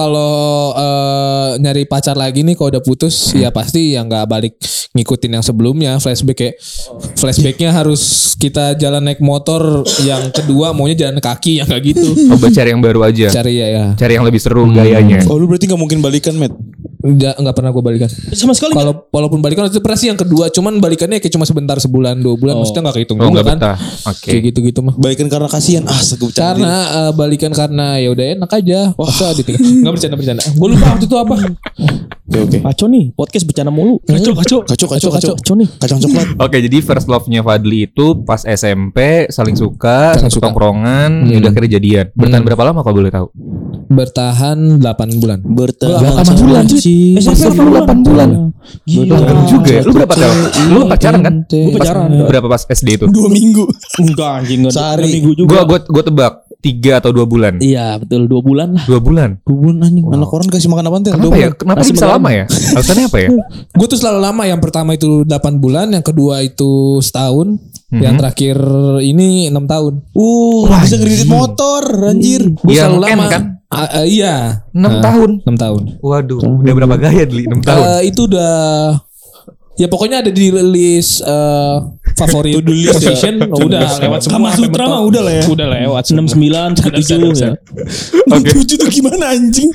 nyari pacar lagi nih kalau udah putus ya pasti ya nggak balik ngikutin yang sebelumnya, flashbacknya harus kita jalan naik motor, yang kedua maunya jalan kaki, yang kayak gitu. Coba cari yang baru aja. Cari ya Cari yang lebih seru gayanya. Oh, lu berarti gak mungkin balikan, Met? nggak pernah gue balikan. Sama sekali. Kalau walaupun balikan itu pernah sih yang kedua, cuman balikannya kayak cuma sebentar, sebulan 2 bulan, maksudnya nggak kehitung Oh, juga nggak kan. betah. Oke. Kayak gitu mah. Balikan karena kasihan. Gue bercanda. Karena balikan karena ya udah enak aja. Masa ditinggal. Enggak bercanda. Gue lupa waktu itu apa. Oke. Kacau nih. Podcast bercanda mulu. Kacau nih. Kacang coklat. Oke, jadi first love-nya Fadli itu pas SMP saling suka, satu tongkrongan, ya udah akhirnya jadian. Bertahan berapa lama kalau boleh tahu? Bertahan 8 bulan. Bertahan 8 bulan sih. SMP 8 bulan. Lama juga ya. Lu berapa tahun? Lu pacaran kan? Gue pacaran. Berapa pas SD itu? 2 minggu. Enggak anjing. Sehari. Minggu juga. Gua tebak 3 atau 2 bulan. Iya betul 2 bulan lah. 2 bulan. 2 bulan anjing. Anak orang kasih makan apaan, Tel? Kenapa ya? Kenapa Masih bisa belum. lama ya? Alasannya apa ya? Gue tuh selalu lama. Yang pertama itu 8 bulan, yang kedua itu setahun, yang terakhir ini 6 tahun. Bisa ngedit motor, anjir. Gue Yang selalu Ken lama. kan? Iya. 6 tahun. 6 tahun. Waduh, udah berapa gaya Dli? 6 tahun. Itu udah ya pokoknya ada di list favorit PlayStation. Udah lewat semua. Kama Sutra mah udah lah ya. Udah lewat 69 77 ya. Oke. 7 tuh gimana anjing?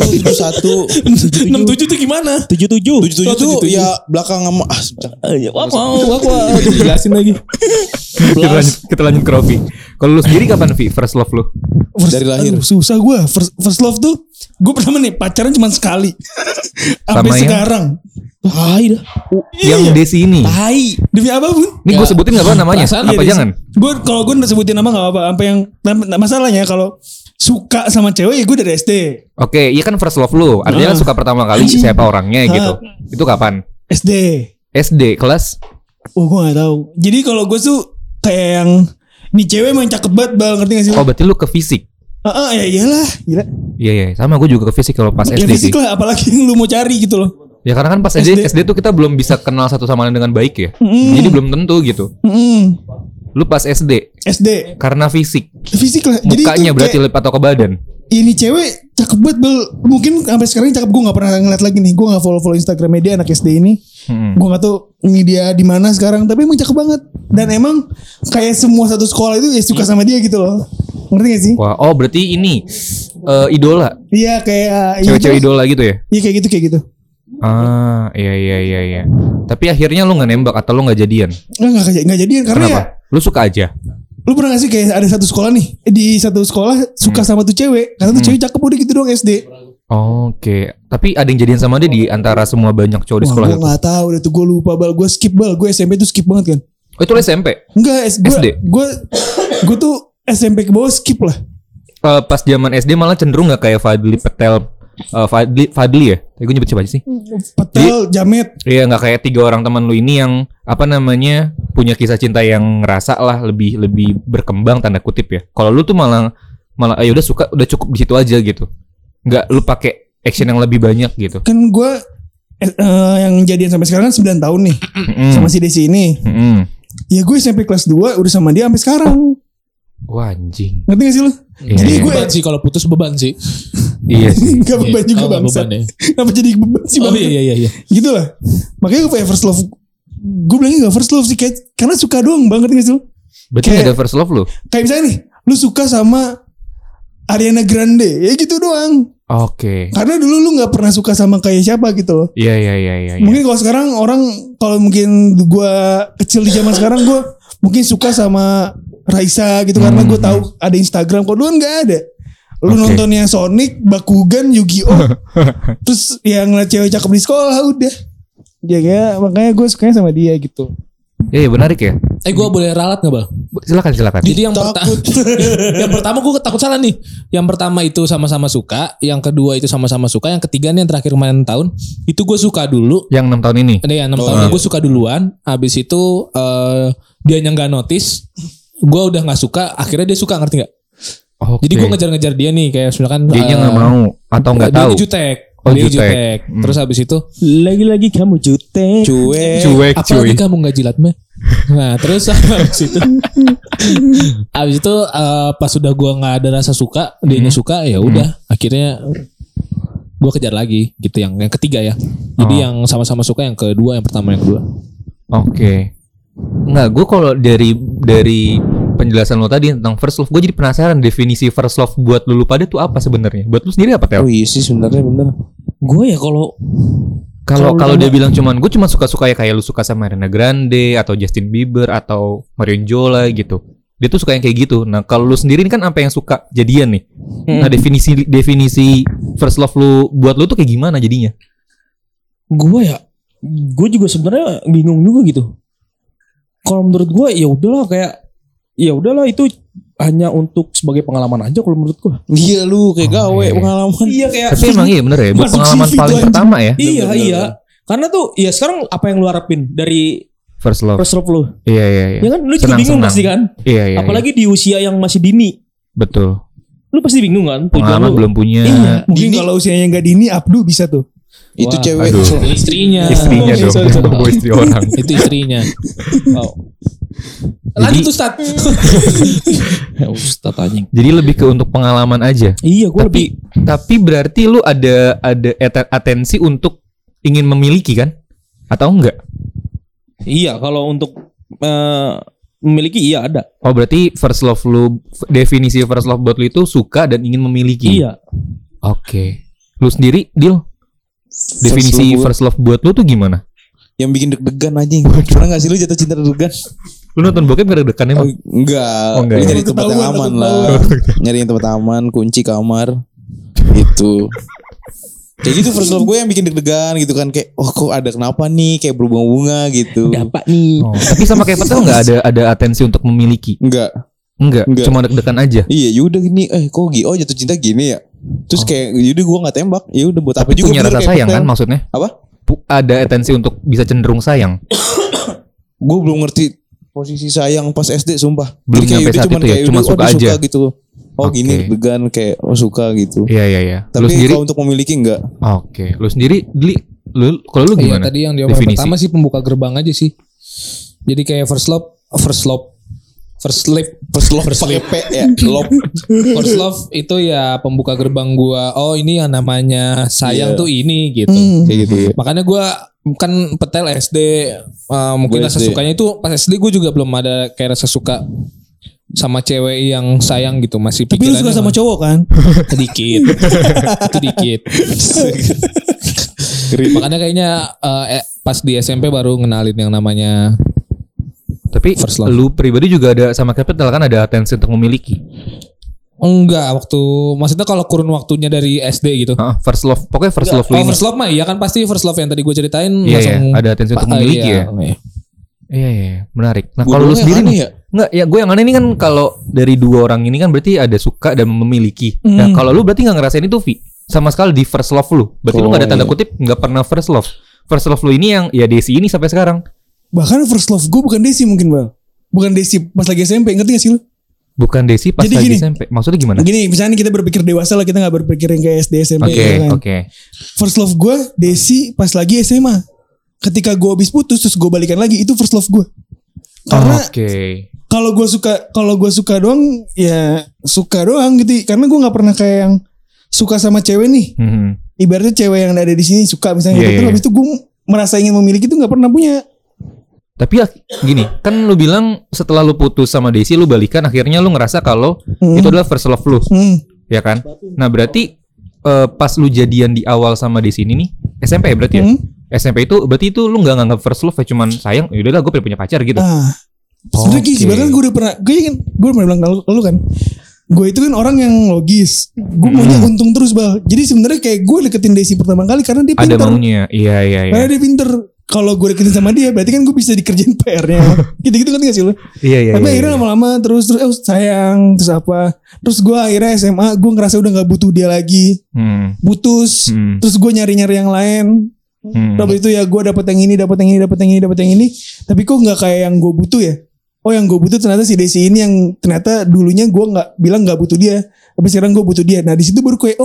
71. 67 tuh gimana? 77. 77 tuh ya belakang sama Wah. Jelasin lagi. Kita lanjut ke Rofi. Kalau lu sendiri kapan Vi first love lu? dari lahir. Aduh, susah gue. First love tuh gue pertama nih pacaran cuma sekali. Sama Sampai yang? sekarang. Tai dah. Yang Desi ini. Tai. Demi apapun. Ini gue sebutin gak apa namanya? Perasaan Apa Iya, jangan? Gue kalau gue udah sebutin nama gak apa-apa. Sampai yang masalahnya kalau suka sama cewek ya gue dari SD. Oke, iya kan first love lu. Artinya kan suka pertama kali siapa orangnya gitu. Itu kapan? SD. SD kelas. Oh gue gak tahu. Jadi kalau gue tuh kayak yang nih cewek emang cakep banget bang, ngerti gak sih? Oh, berarti lu ke fisik. Ya iyalah, gila. Iya, sama gue juga ke fisik kalau pas Ya SD sih. fisik lah, apalagi yang lu mau cari gitu loh. Ya karena kan pas SD tuh kita belum bisa kenal satu sama lain dengan baik ya. Jadi belum tentu gitu. Lu pas SD SD karena fisik. fisik lah. Jadi Mukanya itu berarti kayak, lip atau ke badan. ini cewek cakep banget bel. Mungkin sampai sekarang cakep, gue gak pernah ngeliat lagi nih. Gue gak follow Instagram dia anak SD ini. Gue gak tahu ini dia di mana sekarang. Tapi emang cakep banget. Dan emang kayak semua satu sekolah itu ya suka sama dia gitu loh. Ngerti gak sih? Wah, oh berarti ini idola. Iya kayak Cewek-cewek iya, idola gitu ya? iya kayak gitu. Ah, iya. Tapi akhirnya lu nggak nembak atau lu nggak jadian? Nggak jadian karena Kenapa? ya. Lu suka aja. Lu pernah gak sih kayak ada satu sekolah nih, di satu sekolah suka sama tuh cewek, karena tuh cewek cakep udah gitu doang SD. Oke. Tapi ada yang jadian sama dia di antara semua banyak cowok di Wah, sekolah gue itu? nggak tahu deh tuh, gue lupa bal. Gue skip bal. Gue SMP tuh skip banget kan. Oh, itu lu SMP? Enggak, SD? Gue tuh SMP ke bawah skip lah. Pas zaman SD malah cenderung gak kayak Fadli Petel. Fadli ya? Tadi gue nyebut siapa aja sih? Petel, Jamet. Iya, nggak kayak 3 orang teman lu ini yang apa namanya punya kisah cinta yang ngerasa lah lebih berkembang tanda kutip ya. Kalau lu tuh malah ya udah suka, udah cukup di situ aja gitu. Nggak lu pakai action yang lebih banyak gitu. Kan gue yang jadian sampai sekarang kan 9 tahun nih sama si Desi ini. Ya gue SMP kelas 2 udah sama dia sampai sekarang. Wah, anjing. Ngerti gak sih lu? Iya, Jadi iya. gue Beban sih kalau putus beban sih. Iya sih. gak beban juga Oh, bangsa. beban ya. Kenapa jadi beban sih Oh bang? iya. Gitu lah. Makanya gue kayak first love. Gue bilangnya gak first love sih, kayak karena suka doang banget gak sih lu? Berarti Kayak- nggak ada first love lu? Kayak misalnya nih, lu suka sama Ariana Grande, ya gitu doang. Oke. Karena dulu lu gak pernah suka sama kayak siapa gitu loh. Iya. Mungkin kalau sekarang orang, kalau mungkin gue kecil di zaman sekarang, gue mungkin suka sama Raisa gitu karena gue tahu ada Instagram. Kalau dulu kan nggak ada. Lu Oke. nontonnya Sonic, Bakugan, Yu-Gi-Oh, terus yang ngeliat cewek cakep di sekolah udah. Ya kayak makanya gue sukanya sama dia gitu. Iya, menarik ya. Gue boleh ralat gak bang? Silakan. Jadi yang yang pertama gue takut salah nih. Yang pertama itu sama-sama suka, yang kedua itu sama-sama suka, yang ketiga nih yang terakhir kemarin tahun itu gue suka dulu. Yang 6 tahun ini. Ada yang 6 tahun gue suka duluan. Habis itu dia yang nggak notice, gue udah nggak suka. Akhirnya dia suka, ngerti nggak? Oke. Jadi gue ngejar-ngejar dia nih, kayak misalkan Dianya nggak mau atau nggak dia tahu. jutek. Oh, Dia jutek. jutek. Terus habis itu Lagi-lagi kamu jutek. Cuek apalagi kamu nggak jilat meh. Nah terus habis itu pas sudah gue nggak ada rasa suka, dianya suka, ya udah akhirnya gue kejar lagi gitu yang ketiga ya. Jadi Oh. yang sama-sama suka yang kedua, yang pertama, yang kedua. Oke. Enggak, gue kalau dari penjelasan lo tadi tentang first love, gue jadi penasaran definisi first love buat lu pada tuh apa sebenarnya? Buat lu sendiri apa, Tel? Oh iya sih sebenarnya bener. Gue ya kalau Kalau dia bilang gue cuma suka-suka ya kayak lu suka sama Ariana Grande atau Justin Bieber atau Marion Jola gitu. Dia tuh suka yang kayak gitu. Nah, kalau lu sendiri ini kan apa yang suka jadian nih? Nah, definisi first love lu buat lu tuh kayak gimana jadinya? gue juga sebenarnya bingung juga gitu. Kalau menurut gue ya udahlah itu hanya untuk sebagai pengalaman aja kalau menurut gue. Iya lu kayak gawe iya. pengalaman. Iya kayak Tapi emang iya bener ya, buat Masuk pengalaman CV tuh paling anjing. pertama ya. Iya. Karena tuh ya sekarang apa yang lu harapin dari First love. first love lu? Iya. Ya kan lu juga bingung pasti kan? Iya. Apalagi di usia yang masih dini. Betul. Lu pasti bingung kan? Tujuan Pengalaman lu. belum punya. Iya. Mungkin kalau usianya nggak dini, Abdu bisa tuh. Itu Wah, cewek. aduh. Istrinya. Istrinya Oh, sorry. dong. Gue istri orang. Itu istrinya. Oh. Lanjut Ustaz. Ya Ustaz anjing. Jadi lebih ke untuk pengalaman aja. Iya gue lebih. Tapi berarti lu ada atensi untuk ingin memiliki kan? Atau enggak? Iya kalau untuk memiliki iya ada. Oh berarti first love lu, definisi first love buat lu itu suka dan ingin memiliki. Iya. Oke. Lu sendiri, Dil? Definisi first love buat lu tuh gimana? Yang bikin deg-degan anjing. Pernah gak sih lu jatuh cinta deg-degan? Lu nonton bokep gak deg-degan emang? Enggak. Oh, enggak Lu ya? nyari tempat yang Ketahuan, aman ketahuan. lah. Nyari tempat aman, kunci kamar. Itu. Kayak gitu first love gue yang bikin deg-degan gitu kan. Kayak kok ada kenapa nih. Kayak berbunga-bunga gitu. Dapat nih. Oh, tapi sama kayak Petel gak ada atensi untuk memiliki? Enggak. Enggak, Enggak. cuma deg-degan aja. Iya yaudah gini. Kok jatuh cinta gini ya. Terus kayak yaudah gue gak tembak. Ya udah buat apa Tapi juga punya bener rasa kayak sayang Petel. kan maksudnya? Apa? Ada atensi untuk bisa cenderung sayang. Gue belum ngerti posisi sayang pas SD sumpah. Belum Jadi kayak nyampe udah saat cuman itu ya, kayak cuma udah, suka dia aja. gitu. Oh gini Oke. deg-degan kayak suka gitu. Iya. Lu Tapi sendiri? kalau untuk memiliki enggak. Oke. Lu sendiri, kalau lu Iya gimana? tadi yang jawaban Definisi. pertama sih pembuka gerbang aja sih. Jadi kayak first love Pakai P ya. Love. first love itu ya pembuka gerbang gua. Oh ini yang namanya sayang Iya. tuh ini gitu. Kayak gitu ya. Makanya gua kan Petel SD mungkin Gua rasa SD. sukanya itu pas SD gue juga belum ada kayak rasa suka sama cewek yang sayang gitu, masih Tapi lu suka sama cowok kan? sedikit. Itu dikit. Makanya kayaknya pas di SMP baru ngenalin yang namanya Tapi First love. lu pribadi juga ada sama kayak Petel kan ada atensi untuk memiliki. Enggak, waktu maksudnya kalau kurun waktunya dari SD gitu. First love, pokoknya first love lu Oh, ini. first love mah iya kan pasti first love yang tadi gue ceritain Iya, langsung iya, ada atensi untuk memiliki ya. Iya, menarik. Nah, kalau lu sendiri nih, enggak ya, gue yang aneh ini kan kalau dari dua orang ini kan berarti ada suka dan memiliki. Nah, kalau lu berarti nggak ngerasain itu, Vi, sama sekali di first love lu. Berarti lu nggak ada tanda kutip nggak pernah first love. First love lu ini yang ya Desi ini sampai sekarang. Bahkan first love gue bukan Desi mungkin Bang. Bukan Desi pas lagi SMP, ngerti gak sih lu? Bukan Desi pas Jadi lagi gini, SMP. Maksudnya gimana? Gini, misalnya kita berpikir dewasa lah, kita gak berpikir yang kayak SD SMP. Oke, ya kan? oke. First love gue Desi pas lagi SMA. Ketika gue habis putus terus gue balikan lagi, itu first love gue. Karena Oke. kalau gue suka doang ya suka doang gitu. Karena gue nggak pernah kayak yang suka sama cewek nih. Ibaratnya cewek yang ada di sini suka misalnya Iya, gitu. iya. Habis itu gue merasa ingin memiliki itu nggak pernah punya. Tapi ya gini, kan lu bilang setelah lu putus sama Desi lu balikan, akhirnya lu ngerasa kalau itu adalah first love lu. Ya kan? Nah, berarti pas lu jadian di awal sama Desi ini nih, SMP ya berarti ya? SMP itu berarti itu lu nggak nganggap first love ya, cuman sayang, yaudahlah gue punya pacar gitu. Sebenernya Ki, sebenarnya gue udah pernah, gue pernah bilang ke lu kan, gue itu kan orang yang logis, gue maunya untung terus Bal. Jadi sebenarnya kayak gue deketin Desi pertama kali karena dia pintar. Ada maunya, iya. Karena dia pinter. Kalau gue deketin sama dia, berarti kan gue bisa dikerjain PR-nya. Gitu-gitu kan gak sih lu? Iya. Tapi akhirnya lama-lama terus sayang, terus apa? Terus gue akhirnya SMA, gue ngerasa udah gak butuh dia lagi, putus. Terus gue nyari-nyari yang lain. Habis itu ya gue dapet yang ini. Tapi kok nggak kayak yang gue butuh ya? Oh, yang gue butuh ternyata si Desi ini yang ternyata dulunya gue nggak bilang nggak butuh dia, tapi sekarang gue butuh dia. Nah di situ baru kayak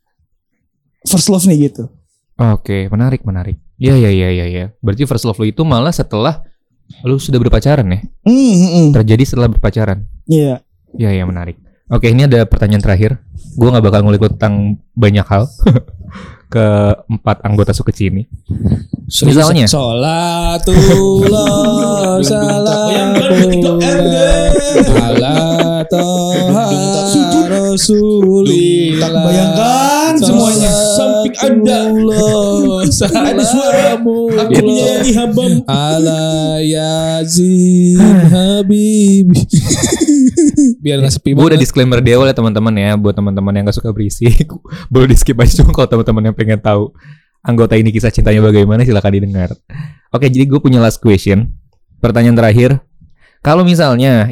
first love nih gitu. Oke, menarik. Iya. Berarti first love lu itu malah setelah lu sudah berpacaran ya? Terjadi setelah berpacaran. Iya. Iya, menarik. Oke, ini ada pertanyaan terakhir. Gue gak bakal ngulik tentang banyak hal ke 4 anggota Sukeci ini. Misalnya Sholatullah ala toha rasulillah. Bayangkan semuanya samping Anda ada suara menyayangi hamba ala yazid habibi. Biar gak sepi gue udah banget. disclaimer di awal ya teman-teman ya. Buat teman-teman yang gak suka berisik, boleh di skip aja. Cuma kalau teman-teman yang pengen tahu anggota ini kisah cintanya bagaimana, silakan didengar. Oke, jadi gue punya last question. Pertanyaan terakhir. Kalau misalnya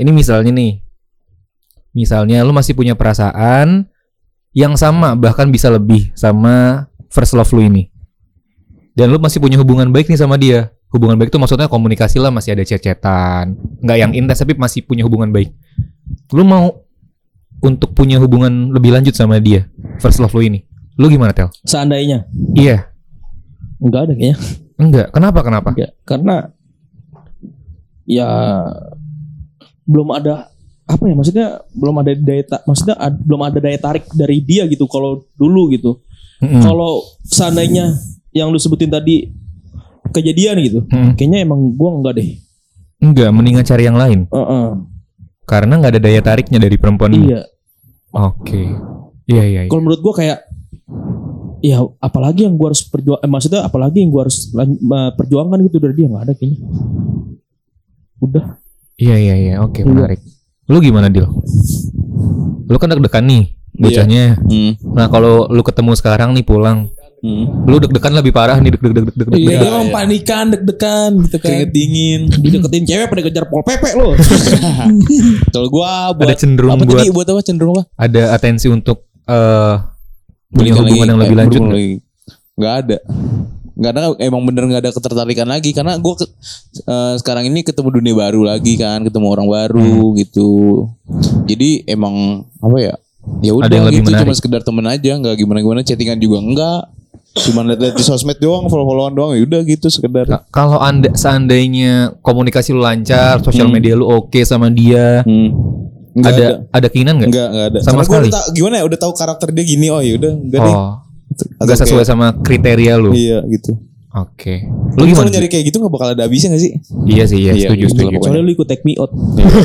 lu masih punya perasaan yang sama, bahkan bisa lebih sama first love lu ini, dan lu masih punya hubungan baik nih sama dia. Hubungan baik itu maksudnya komunikasi lah, masih ada chat-chatan, nggak yang intens tapi masih punya hubungan baik. Lu mau untuk punya hubungan lebih lanjut sama dia, first love lu ini, lu gimana, Tel? seandainya Iya. enggak ada kayaknya. Enggak. Kenapa? Enggak, karena ya belum ada apa ya, maksudnya belum ada daya tarik dari dia gitu kalau dulu gitu. Kalau seandainya yang lu sebutin tadi kejadian gitu, kayaknya emang gua enggak deh. Enggak, mendingan cari yang lain. Karena nggak ada daya tariknya dari perempuan ini. Iya. Oke. Iya. Kalau menurut gua kayak ya apalagi yang gua harus maksudnya apalagi yang gua harus perjuangkan gitu dari dia, nggak ada kayaknya. Udah. Iya. Oke, menarik. Lu gimana, Dil? Lu kan deg-degan nih bocahnya. Nah, kalau lu ketemu sekarang nih pulang, lu deg-degan lebih parah nih, deg-degan. Iya, dia emang panikan, deg-degan gitu kan. Keringet dingin. Dideketin cewek pada kejar pol PP lo. Kalau gua Ada cenderung apa buat tadi? Buat apa cenderung apa? ada atensi untuk punya Balikan hubungan lagi, yang lebih lanjut. hubungan lagi. Nggak ada. Karena emang bener nggak ada ketertarikan lagi. Karena gue sekarang ini ketemu dunia baru lagi kan, ketemu orang baru gitu. Jadi emang apa ya? Ya udah Ada yang lebih gitu, menarik. cuma sekedar temen aja, nggak gimana-gimana, chattingan juga enggak. Cuman lihat di sosmed doang, follow-followan doang, ya udah gitu sekedar. Kalau seandainya komunikasi lu lancar, sosial media lu oke sama dia, Nggak ada keinginan nggak? Enggak ada. Sama Karena gua sekali. gimana ya, udah tahu karakter dia gini, oh ya udah enggak nih. Oh, nggak sesuai sama kriteria lu. Iya gitu. Oke. Lu Lu kalau gimana? nyari kayak gitu gak bakal ada habisnya gak sih? Iya sih, Iya, setuju. gitu lah pokoknya. Soalnya lu ikut take me out.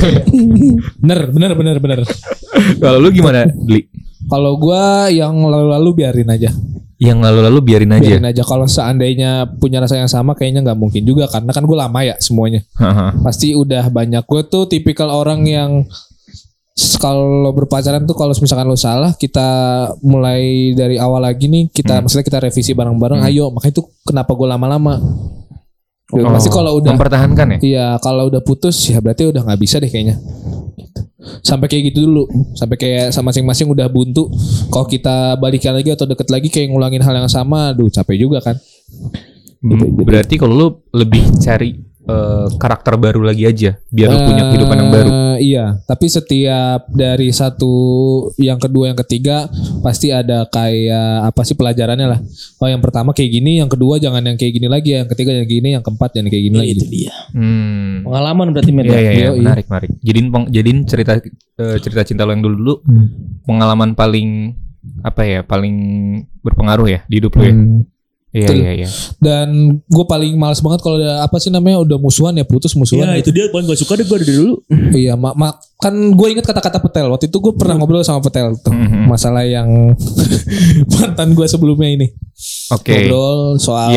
Bener. Kalau lu gimana, Dli? Kalau gua yang lalu-lalu biarin aja. Yang lalu-lalu biarin aja. Biarin aja. Kalau seandainya punya rasa yang sama kayaknya nggak mungkin juga, karena kan gue lama ya semuanya. Pasti udah banyak. Gue tuh tipikal orang yang kalau berpacaran tuh kalau misalkan lo salah, kita mulai dari awal lagi nih, kita maksudnya kita revisi bareng-bareng. Ayo, makanya itu kenapa gue lama-lama. Pasti kalau udah mempertahankan ya. Iya, kalau udah putus ya berarti udah nggak bisa deh kayaknya. Sampai kayak gitu dulu, sampai kayak sama masing-masing udah buntu. Kalau kita balikan lagi atau deket lagi kayak ngulangin hal yang sama, aduh capek juga kan. Berarti kalau lu lebih cari karakter baru lagi aja biar lu punya kehidupan yang baru. Iya, tapi setiap dari satu, yang kedua, yang ketiga pasti ada kayak apa sih pelajarannya lah. Oh yang pertama kayak gini, yang kedua jangan yang kayak gini lagi, yang ketiga yang gini, yang keempat jangan kayak gini lagi. Itu dia. Hmm. Pengalaman berarti Met. Iya, menarik. Jadiin cerita cinta lo yang dulu pengalaman paling apa ya, paling berpengaruh ya di hidup lo ya. Iya. Dan gue paling males banget kalau ada apa sih namanya udah musuhan ya, putus musuhan. Ya itu dia paling gak suka deh gue dari dulu. Iya, kan gue ingat kata-kata Petel. Waktu itu gue pernah ngobrol sama Petel tuh masalah yang mantan gue sebelumnya ini. Oke. Ngobrol soal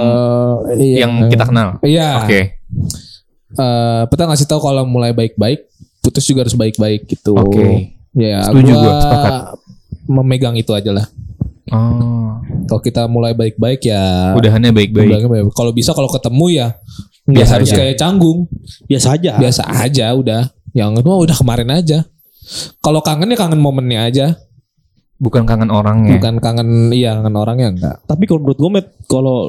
yang kita kenal. Iya. Oke. Petel ngasih tahu kalau mulai baik-baik, putus juga harus baik-baik gitu. Oke. Ya, setuju gue, gue sepakat. Memegang itu aja lah. Oh. Kalau kita mulai baik-baik ya Udahannya baik-baik. Kalau bisa kalau ketemu ya nggak Biasa harus aja. kayak canggung. Biasa aja Udah. Yang itu udah kemarin aja. Kalau kangen ya kangen momennya aja. Bukan kangen orangnya. Bukan kangen orangnya enggak. Tapi kalau menurut gue Met, kalau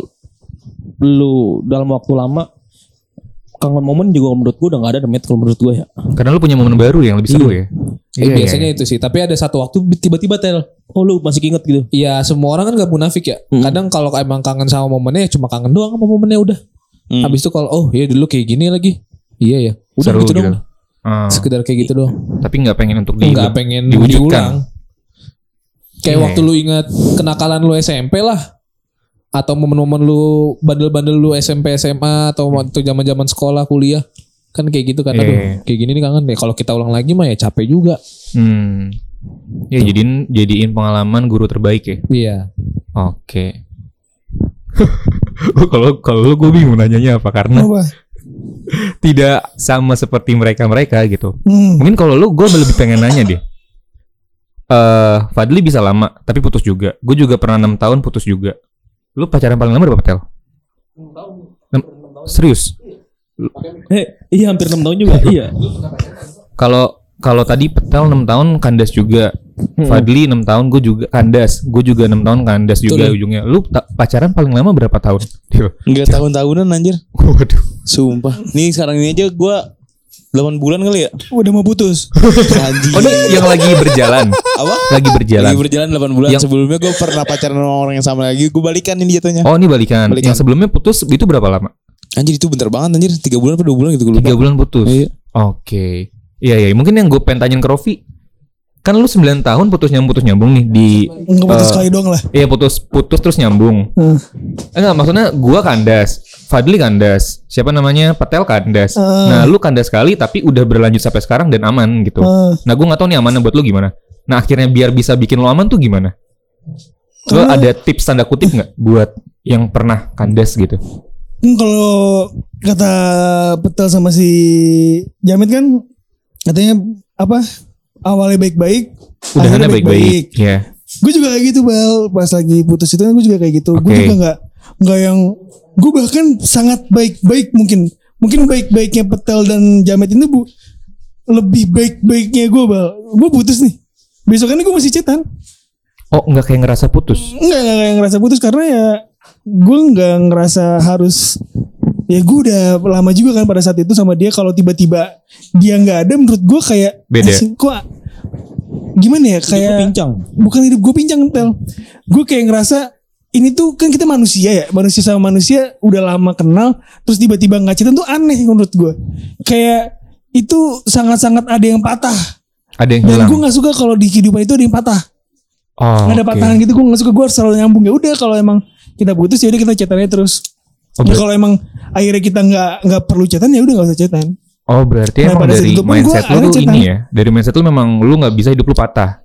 lu dalam waktu lama kangen momen juga menurut gue udah gak ada Met kalau menurut gue ya. Karena lu punya momen baru yang lebih seru ya. Biasanya itu sih. Tapi ada satu waktu tiba-tiba Tel. Oh lu masih inget gitu? Iya, semua orang kan gak munafik ya. Kadang kalau emang kangen sama momennya cuma kangen doang sama momennya udah. Habis itu kalau dulu kayak gini lagi. Iya ya. Udah Seru gitu gitu. dong. Sekedar kayak gitu doang. Tapi nggak pengen untuk Nggak pengen diulang. Kayak waktu lu ingat kenakalan lu SMP lah. Atau momen-momen lu bandel-bandel lu SMP, SMA atau waktu zaman-zaman sekolah, kuliah. Kan kayak gitu kan. Aduh, kayak gini nih kangen. Ya kalau kita ulang lagi mah ya capek juga. Ya jadiin pengalaman guru terbaik ya. Iya. Oke. Kalau lu gue bingung nanyanya apa karena tidak sama seperti mereka gitu. Mungkin kalau lu gue lebih pengen nanya deh. Fadli bisa lama tapi putus juga. Gue juga pernah 6 tahun putus juga. Lu pacaran paling lama berapa Tel? 6 tahun. Serius? Iya hampir 6 tahun juga. Iya. Kalau tadi Petel 6 tahun kandas juga. Fadli 6 tahun gue juga kandas. Gue juga 6 tahun kandas juga ujungnya. Lu pacaran paling lama berapa tahun? Enggak tahun-tahunan anjir. Waduh. Sumpah. Nih sekarang ini aja gue 8 bulan kali ya. Udah mau putus. Anjing. Oh ini yang lagi berjalan. Apa? Lagi berjalan. Lagi berjalan 8 bulan. Yang- Sebelumnya gue pernah pacaran sama orang yang sama lagi. Gue balikan ini jatuhnya. Oh ini balikan. Balikan. Yang sebelumnya putus itu berapa lama? Anjir itu bentar banget anjir. 3 bulan atau 2 bulan gitu gue lupa. 3 bulan putus. Iya. Oke. Iya. Mungkin yang gue pengen tanyain ke Rofi. Kan lu 9 tahun putus nyambung nih di Enggak putus sekali doang lah. Iya putus terus nyambung. Enggak maksudnya gua kandas, Fadli kandas, siapa namanya Petel kandas. Nah lu kandas sekali tapi udah berlanjut sampai sekarang dan aman gitu. Nah gua nggak tahu nih amannya buat lu gimana. Nah akhirnya biar bisa bikin lu aman tuh gimana? Lu ada tips tanda kutip nggak buat yang pernah kandas gitu? Kalau kata Petel sama si Jamit kan katanya apa? Awalnya baik-baik, Udahannya akhirnya baik-baik. Iya. Gue juga kayak gitu Bal. Pas lagi putus itu kan gue juga kayak gitu. Gue Oke. juga nggak yang gue bahkan sangat baik-baik mungkin baik-baiknya Petel dan Jamit ini lebih baik-baiknya gue Bal. Gue putus nih. Besokannya gue masih chatan. Oh nggak kayak ngerasa putus? Enggak ngerasa putus karena ya gue nggak ngerasa harus. Ya gue udah lama juga kan pada saat itu sama dia. Kalau tiba-tiba dia nggak ada, menurut gue kayak Beda. Kok gimana ya? Kayak pincang. bukan hidup gue pincang Tel. Gue kayak ngerasa ini tuh kan kita manusia ya, manusia sama manusia udah lama kenal, terus tiba-tiba nggak chatan tuh aneh menurut gue. Kayak itu sangat-sangat ada yang patah. Ada yang Dan hilang. gue nggak suka kalau di kehidupan itu ada yang patah. Oh, Ada oke. patahan gitu, gue nggak suka. Gue harus selalu nyambung. Ya udah kalau emang kita putus ya udah kita chatannya terus. Oh, Ya kalau emang akhirnya kita nggak perlu chatan ya udah nggak usah chatan. Oh berarti Nah, emang pada saat dari itu pun mindset gua lu tuh akhirnya ini ya. Dari mindset lu memang lu gak bisa hidup lu patah.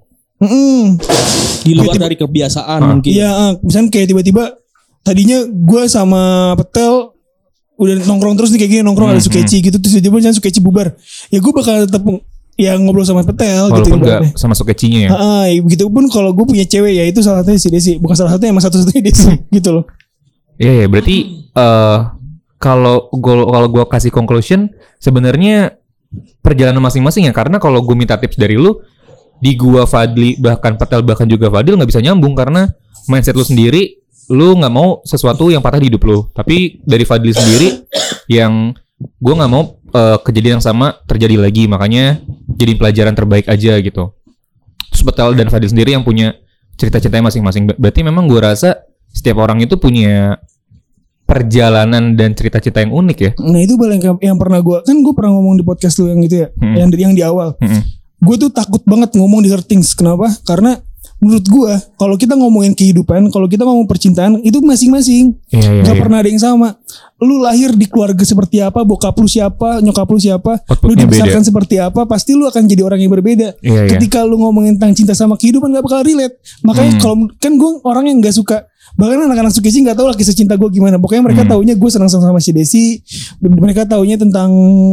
Di luar dari kebiasaan mungkin. Iya, misalnya kayak tiba-tiba tadinya gue sama Petel udah nongkrong terus nih kayak gini nongkrong ada Sukeci gitu terus tiba-tiba misalnya Sukeci bubar. Ya gue bakal tetap ya ngobrol sama petel gitu. Walaupun ibaratnya. gak sama skecinya ya. Begitupun kalau gue punya cewek ya itu salah satunya si Desi. Bukan salah satunya, emang satu-satunya Desi gitu loh. Iya, berarti kalau gue kasih conclusion sebenarnya perjalanan masing-masing ya, karena kalau gue minta tips dari lu, di gua, Fadli, bahkan Petel, bahkan juga Fadil nggak bisa nyambung karena mindset lu sendiri, lu nggak mau sesuatu yang patah di hidup lu. Tapi dari Fadli sendiri yang gue nggak mau kejadian yang sama terjadi lagi, makanya jadi pelajaran terbaik aja gitu. Terus Petel dan Fadil sendiri yang punya cerita-ceritanya masing-masing. Berarti memang gue rasa setiap orang itu punya perjalanan dan cerita-cerita yang unik ya. Nah itu yang pernah gue pernah ngomong di podcast lu yang gitu ya, yang di awal. Gue tuh takut banget ngomong di Hertings. Kenapa? Karena menurut gue kalau kita ngomongin kehidupan, kalau kita ngomong percintaan itu masing-masing, gak pernah ada yang sama. Lu lahir di keluarga seperti apa, bokap lu siapa, nyokap lu siapa, lu dibesarkan seperti apa, pasti lu akan jadi orang yang berbeda. Ketika lu ngomongin tentang cinta sama kehidupan gak bakal relate. Makanya kalau kan gue orang yang gak suka, bahkan anak-anak Sukesi gak tahu lah kisah cinta gue gimana. Pokoknya mereka taunya gue senang sama si Desi. Mereka taunya tentang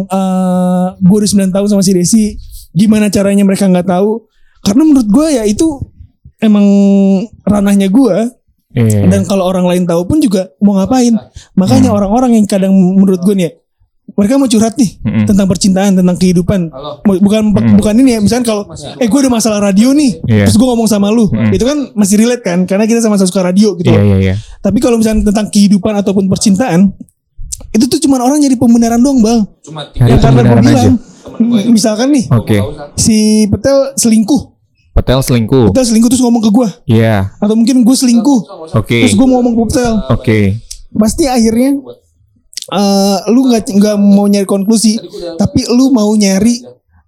gue udah 9 tahun sama si Desi. Gimana caranya mereka gak tahu. Karena menurut gue ya itu emang ranahnya gue. Dan kalau orang lain tahu pun juga mau ngapain. Makanya orang-orang yang kadang menurut gue nih ya, mereka mau curhat nih tentang percintaan, tentang kehidupan. Bukan ini ya, misalnya kalau gue ada masalah radio nih, terus gue ngomong sama lu, itu kan masih relate kan, karena kita sama-sama suka radio gitu. Tapi kalau misalnya tentang kehidupan ataupun percintaan, itu tuh cuma orang jadi pembenaran doang, Bang. Ya karena gue bilang, misalkan nih, si Petel selingkuh terus ngomong ke gue. Atau mungkin gue selingkuh. Terus gue ngomong ke Petel. Pasti akhirnya lu nggak mau nyari konklusi, tapi lu mau nyari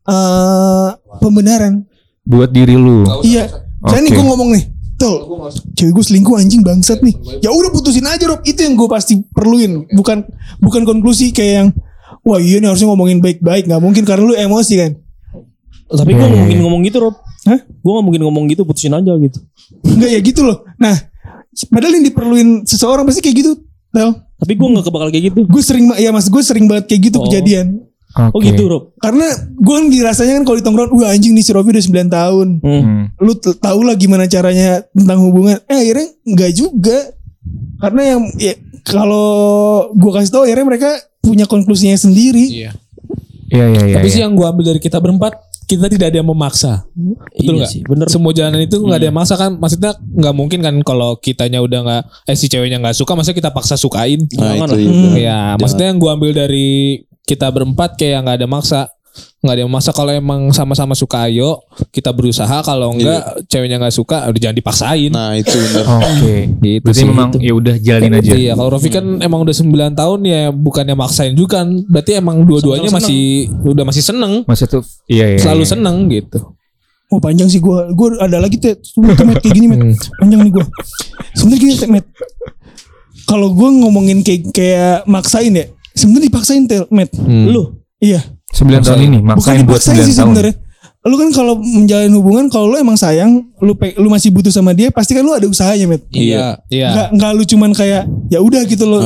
pembenaran buat diri lu. Iya. Misalnya nih gue ngomong nih, Tol, cewek gue selingkuh anjing bangsat nih. Ya udah putusin aja, Rob. Itu yang gue pasti perluin. Bukan konklusi kayak yang wah iya nih harusnya ngomongin baik-baik. Nggak mungkin karena lu emosi kan. Tapi gue ngomong gitu, Rob. Hah? Gue gak mungkin ngomong gitu, putusin aja gitu. Enggak ya gitu loh. Nah, padahal yang diperluin seseorang pasti kayak gitu, Tel. Tapi gue gak bakal kayak gitu. Gue sering banget kayak gitu kejadian. Oh gitu, Rob. Karena gue kan dirasanya kan kalau di tongkrongan, wah anjing nih si Robi udah 9 tahun. Lu tahu lah gimana caranya tentang hubungan. Akhirnya enggak juga. Karena yang ya, kalau gue kasih tahu akhirnya mereka punya konklusinya sendiri. Iya. Tapi sih yang gue ambil dari kita berempat, kita tidak ada yang memaksa. Betul gak? Bener. Semua jalanan itu gak ada yang maksa kan. Maksudnya gak mungkin kan kalau kitanya udah gak, si ceweknya gak suka, maksudnya kita paksa sukain. Nah, itu ya maksudnya yang gue ambil dari kita berempat kayak gak ada maksa. Gak ada yang maksa. Kalau emang sama-sama suka ayo kita berusaha. Kalau enggak ceweknya gak suka udah jangan dipaksain. Nah itu bener. Gitu. Berarti memang ya udah jalanin aja. Iya, kalau Rofi kan emang udah 9 tahun ya bukannya maksain juga kan. Berarti emang dua-duanya masih seneng. Maksud tuh selalu seneng gitu. Oh panjang sih gue ada lagi tuh kayak gini Met. Panjang nih gue. Sebenarnya gini Met. Kalau gue ngomongin kayak maksain ya, sebenarnya dipaksain Met. Lu? Iya. 9 tahun ini maksain buat 9 tahun. Sebenernya. Lu kan kalau menjalin hubungan, kalau lu emang sayang, lu masih butuh sama dia, pasti kan lu ada usahanya, Met. Iya. Enggak lu cuman kayak ya udah gitu lu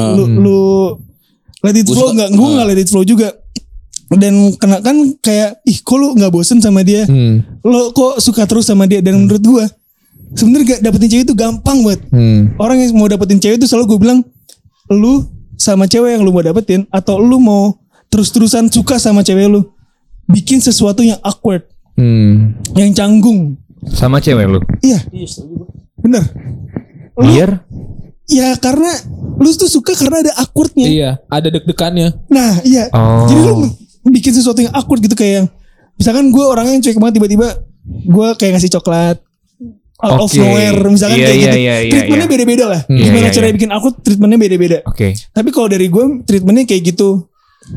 let it flow, enggak gue enggak let it flow juga. Dan kena kan kayak kok lu enggak bosen sama dia? Lu kok suka terus sama dia? Dan menurut gua sebenarnya dapetin cewek itu gampang banget. Orang yang mau dapetin cewek itu selalu gue bilang lu sama cewek yang lu mau dapetin atau lu mau terus-terusan suka sama cewek lu, bikin sesuatu yang awkward, yang canggung sama cewek lu. Iya, bener. Biar? Ya karena lu tuh suka karena ada awkwardnya. Iya, ada deg-degannya. Nah iya, jadi lu bikin sesuatu yang awkward gitu kayak yang, misalkan gue orangnya yang cuek banget, tiba-tiba gue kayak ngasih coklat out of nowhere, misalkan kayak gitu. Treatmentnya beda-beda lah. Gimana cara bikin awkward, treatmentnya beda-beda. Tapi kalau dari gue, treatmentnya kayak gitu.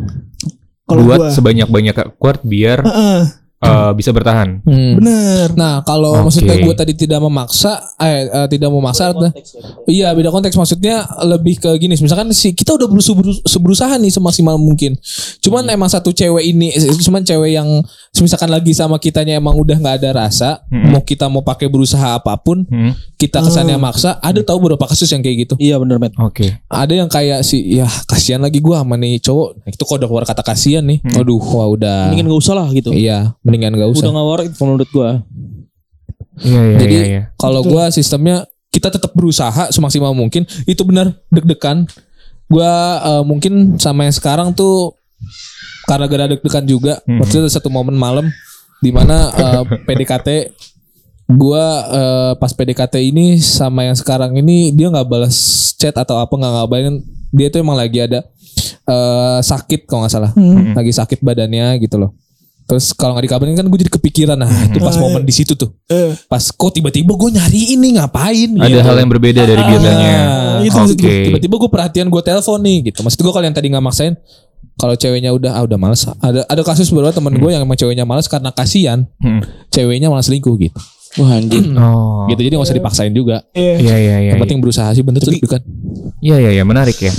Buat sebanyak-banyak awkward biar bisa bertahan. Bener. Nah kalau maksudnya gue tadi tidak memaksa, tidak memaksa, iya beda konteks. Maksudnya lebih ke gini, misalkan kita udah berusaha nih semaksimal mungkin. Cuman emang satu cewek ini, cuman cewek yang misalkan lagi sama kitanya emang udah nggak ada rasa, mau kita mau pakai berusaha apapun, kita kesannya maksa. Ada tahu beberapa kasus yang kayak gitu. Iya bener Met. Ada yang kayak ya kasihan lagi gue sama nih cowok. Itu kok udah keluar kata kasihan nih. Aduh, wah udah. Mendingan nggak usah lah gitu. Iya. mendingan gak usah. Udah gak worth it menurut gue. Iya. Jadi kalau gue sistemnya kita tetap berusaha semaksimal mungkin. Itu benar deg-degan. Gue mungkin sama yang sekarang tuh karena gara deg-degan juga. Maksudnya ada satu momen malam dimana PDKT gue pas PDKT ini sama yang sekarang ini dia nggak balas chat atau apa, nggak ngabarin. Dia tuh emang lagi ada sakit kalau nggak salah, lagi sakit badannya gitu loh. Terus kalau nggak dikabarin kan gue jadi kepikiran. Nah itu pas momen di situ tuh, pas kok tiba-tiba gue nyari ini ngapain? Ada gitu. hal yang berbeda dari biasanya. Itu tiba-tiba gue perhatian, gue telepon nih gitu. Maksud gue kalau yang tadi nggak maksain, kalau ceweknya udah males. Ada kasus beberapa temen gue yang emang ceweknya males karena kasihan, ceweknya malah selingkuh gitu. Wah anjing. Gitu jadi nggak usah dipaksain juga. Iya. Yang penting berusaha sih, bener tuh kan. Iya, menarik ya.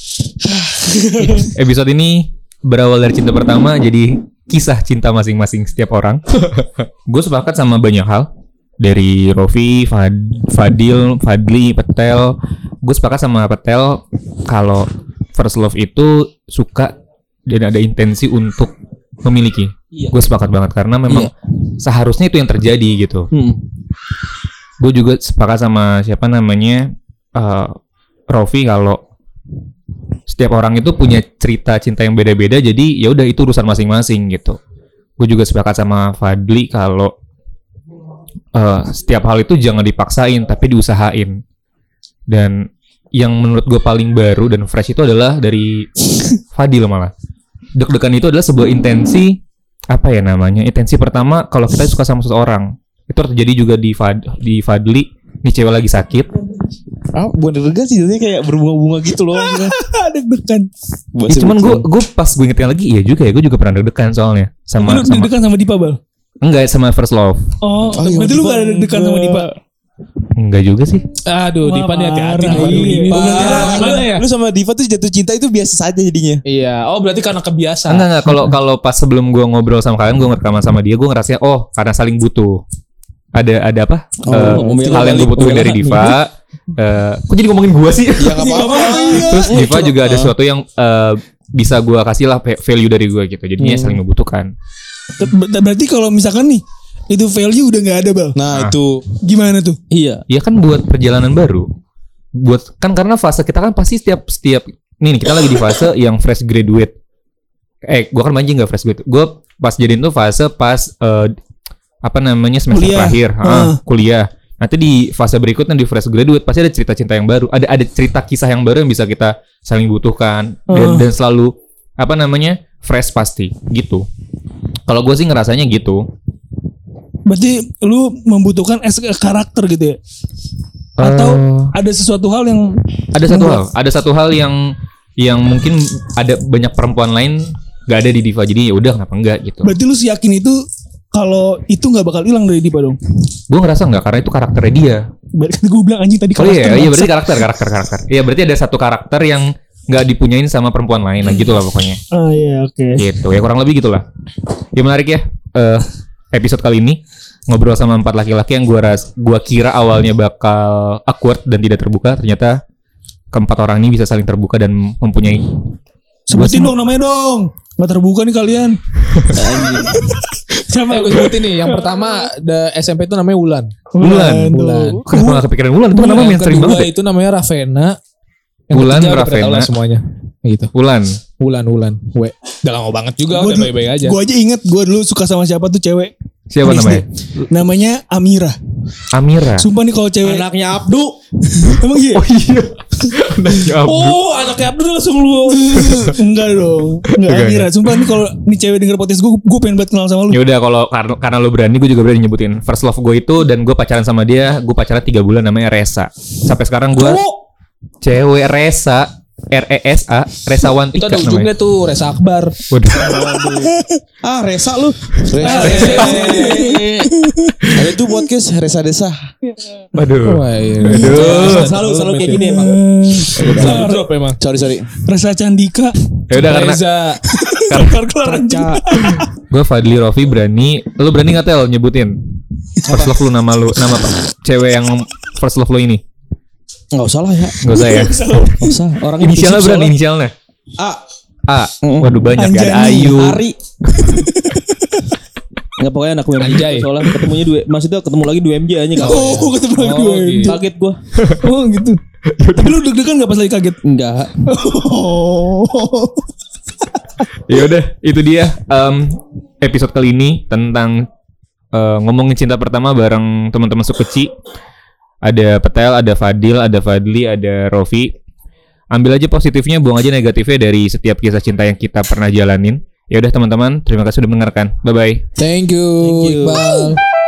Episode ini berawal dari cinta pertama jadi kisah cinta masing-masing setiap orang. Gue sepakat sama banyak hal. Dari Rofi, Fadil, Fadli, Petel. Gue sepakat sama Petel kalau first love itu suka dan ada intensi untuk memiliki. Gue sepakat banget karena memang seharusnya itu yang terjadi gitu. Gue juga sepakat sama siapa namanya Rofi kalau setiap orang itu punya cerita cinta yang beda-beda, jadi ya udah itu urusan masing-masing gitu. Gue juga sepakat sama Fadli kalau setiap hal itu jangan dipaksain tapi diusahain. Dan yang menurut gue paling baru dan fresh itu adalah dari Fadil malah. Deg-degan itu adalah sebuah intensi, apa ya namanya? Intensi pertama kalau kita suka sama seseorang. Itu terjadi juga di Fadli. Nih cewek lagi sakit. Bukan deg-degan sih, jadinya kayak berbunga-bunga gitu loh. Deg-degan. Ya, cuman gue pas gue ingetin lagi, iya juga ya, gue juga pernah deg-degan soalnya. Lu deg-degan sama Dipa, Bal? Enggak, sama first love. Berarti lu gak ada deg-degan sama Dipa? Enggak juga sih. Aduh, Dipa nih hati-hati nih. Gimana ya? Lu sama Diva tuh jatuh cinta itu biasa saja jadinya. Iya. Oh berarti karena kebiasaan. Enggak. Kalau pas sebelum gue ngobrol sama kalian, gue ngerekaman sama dia, gue ngerasa karena saling butuh. Ada apa? Hal yang gue butuhin dari Diva. Kok jadi ngomongin gue sih? Ya gak apa-apa. Terus Diva juga ada sesuatu yang bisa gue kasih lah value dari gue gitu. Jadinya saling membutuhkan. Berarti kalau misalkan nih itu value udah gak ada, Bal. Nah itu gimana tuh? Iya. Ya kan buat perjalanan baru. Buat kan karena fase kita kan pasti setiap nih kita lagi di fase yang fresh graduate. Gue kan manjing gak fresh graduate. Gue pas jadiin tuh fase pas apa namanya semester terakhir, kuliah. Nanti di fase berikutnya di fresh graduate pasti ada cerita cinta yang baru, ada cerita kisah yang baru yang bisa kita saling butuhkan dan selalu apa namanya fresh pasti gitu. Kalau gue sih ngerasanya gitu. Berarti lu membutuhkan karakter gitu ya? Atau ada sesuatu hal yang ada satu hal yang mungkin ada banyak perempuan lain gak ada di Diva, jadi ya udah kenapa enggak gitu. Berarti lu yakin itu kalau itu nggak bakal hilang dari Diva dong? Gue ngerasa nggak, karena itu karakternya dia. Berarti gue bilang anjing tadi karakter. Iya berarti karakter. Iya berarti ada satu karakter yang nggak dipunyain sama perempuan lain lah gitu lah pokoknya. Iya oke. Gitu ya, kurang lebih gitulah. Ya menarik ya episode kali ini ngobrol sama 4 laki-laki yang gua kira awalnya bakal awkward dan tidak terbuka, ternyata keempat orang ini bisa saling terbuka dan mempunyai. Sebutin dong namanya dong. Gak terbuka nih kalian. Siapa gue sebutin nih? Yang pertama SMP itu namanya Wulan. Kenapa gak kepikiran Wulan? Itu namanya mainstream banget. Itu namanya Ravena. Wulan, Ravena semuanya. Gitu. Wulan. Udah lama banget juga, udah baik-baik aja. Gue aja inget gue dulu suka sama siapa tuh cewek. Siapa namanya? Namanya Amira. Sumpah nih kalau cewek. Anaknya Abdu. Emang iya? Oh iya. Anaknya Abdu. Anaknya Abdu langsung lu. Enggak dong. Enggak Amira. Sumpah nih kalau nih cewek denger podcast gue pengen banget kenal sama lu. Ya udah kalau karena lu berani, gue juga berani nyebutin first love gue itu, dan gue pacaran sama dia. Gue pacaran 3 bulan, namanya Resa. Sampai sekarang gue cewek Resa. RESA Resawantika. Itu ada ujungnya tuh Resa Akbar. Waduh. Resa lu. Ada itu podcast Resa Desa. Waduh. Selalu kayak gini emang. Drop emang. Sorry. Resa Candika. Ya udah karena gue Fadli Rofi berani. Lu berani nggak Tel nyebutin first love lu, nama cewek yang first love lu ini? Nggak usah lah ya. Nggak usah ya. Nggak usah. Orang Inisialnya berani inisialnya. A. Waduh banyak ya. Ada Ayu. Ari. Enggak pokoknya anak UMJ Anjay. soalnya ketemunya maksudnya ketemu lagi 2MJ aja kawan. Oh, ketemu lagi Oh, dua gitu. Kaget gua. Oh gitu. Tapi lu deg-degan gak pas lagi kaget? Enggak. Oh. Ya udah, itu dia episode kali ini tentang ngomongin cinta pertama bareng teman-teman Sukeci. Ada Petel, ada Fadil, ada Fadli, ada Rofi. Ambil aja positifnya, buang aja negatifnya dari setiap kisah cinta yang kita pernah jalanin. Ya udah teman-teman, terima kasih sudah mendengarkan. Bye bye. Thank you. Thank you. Iqbal.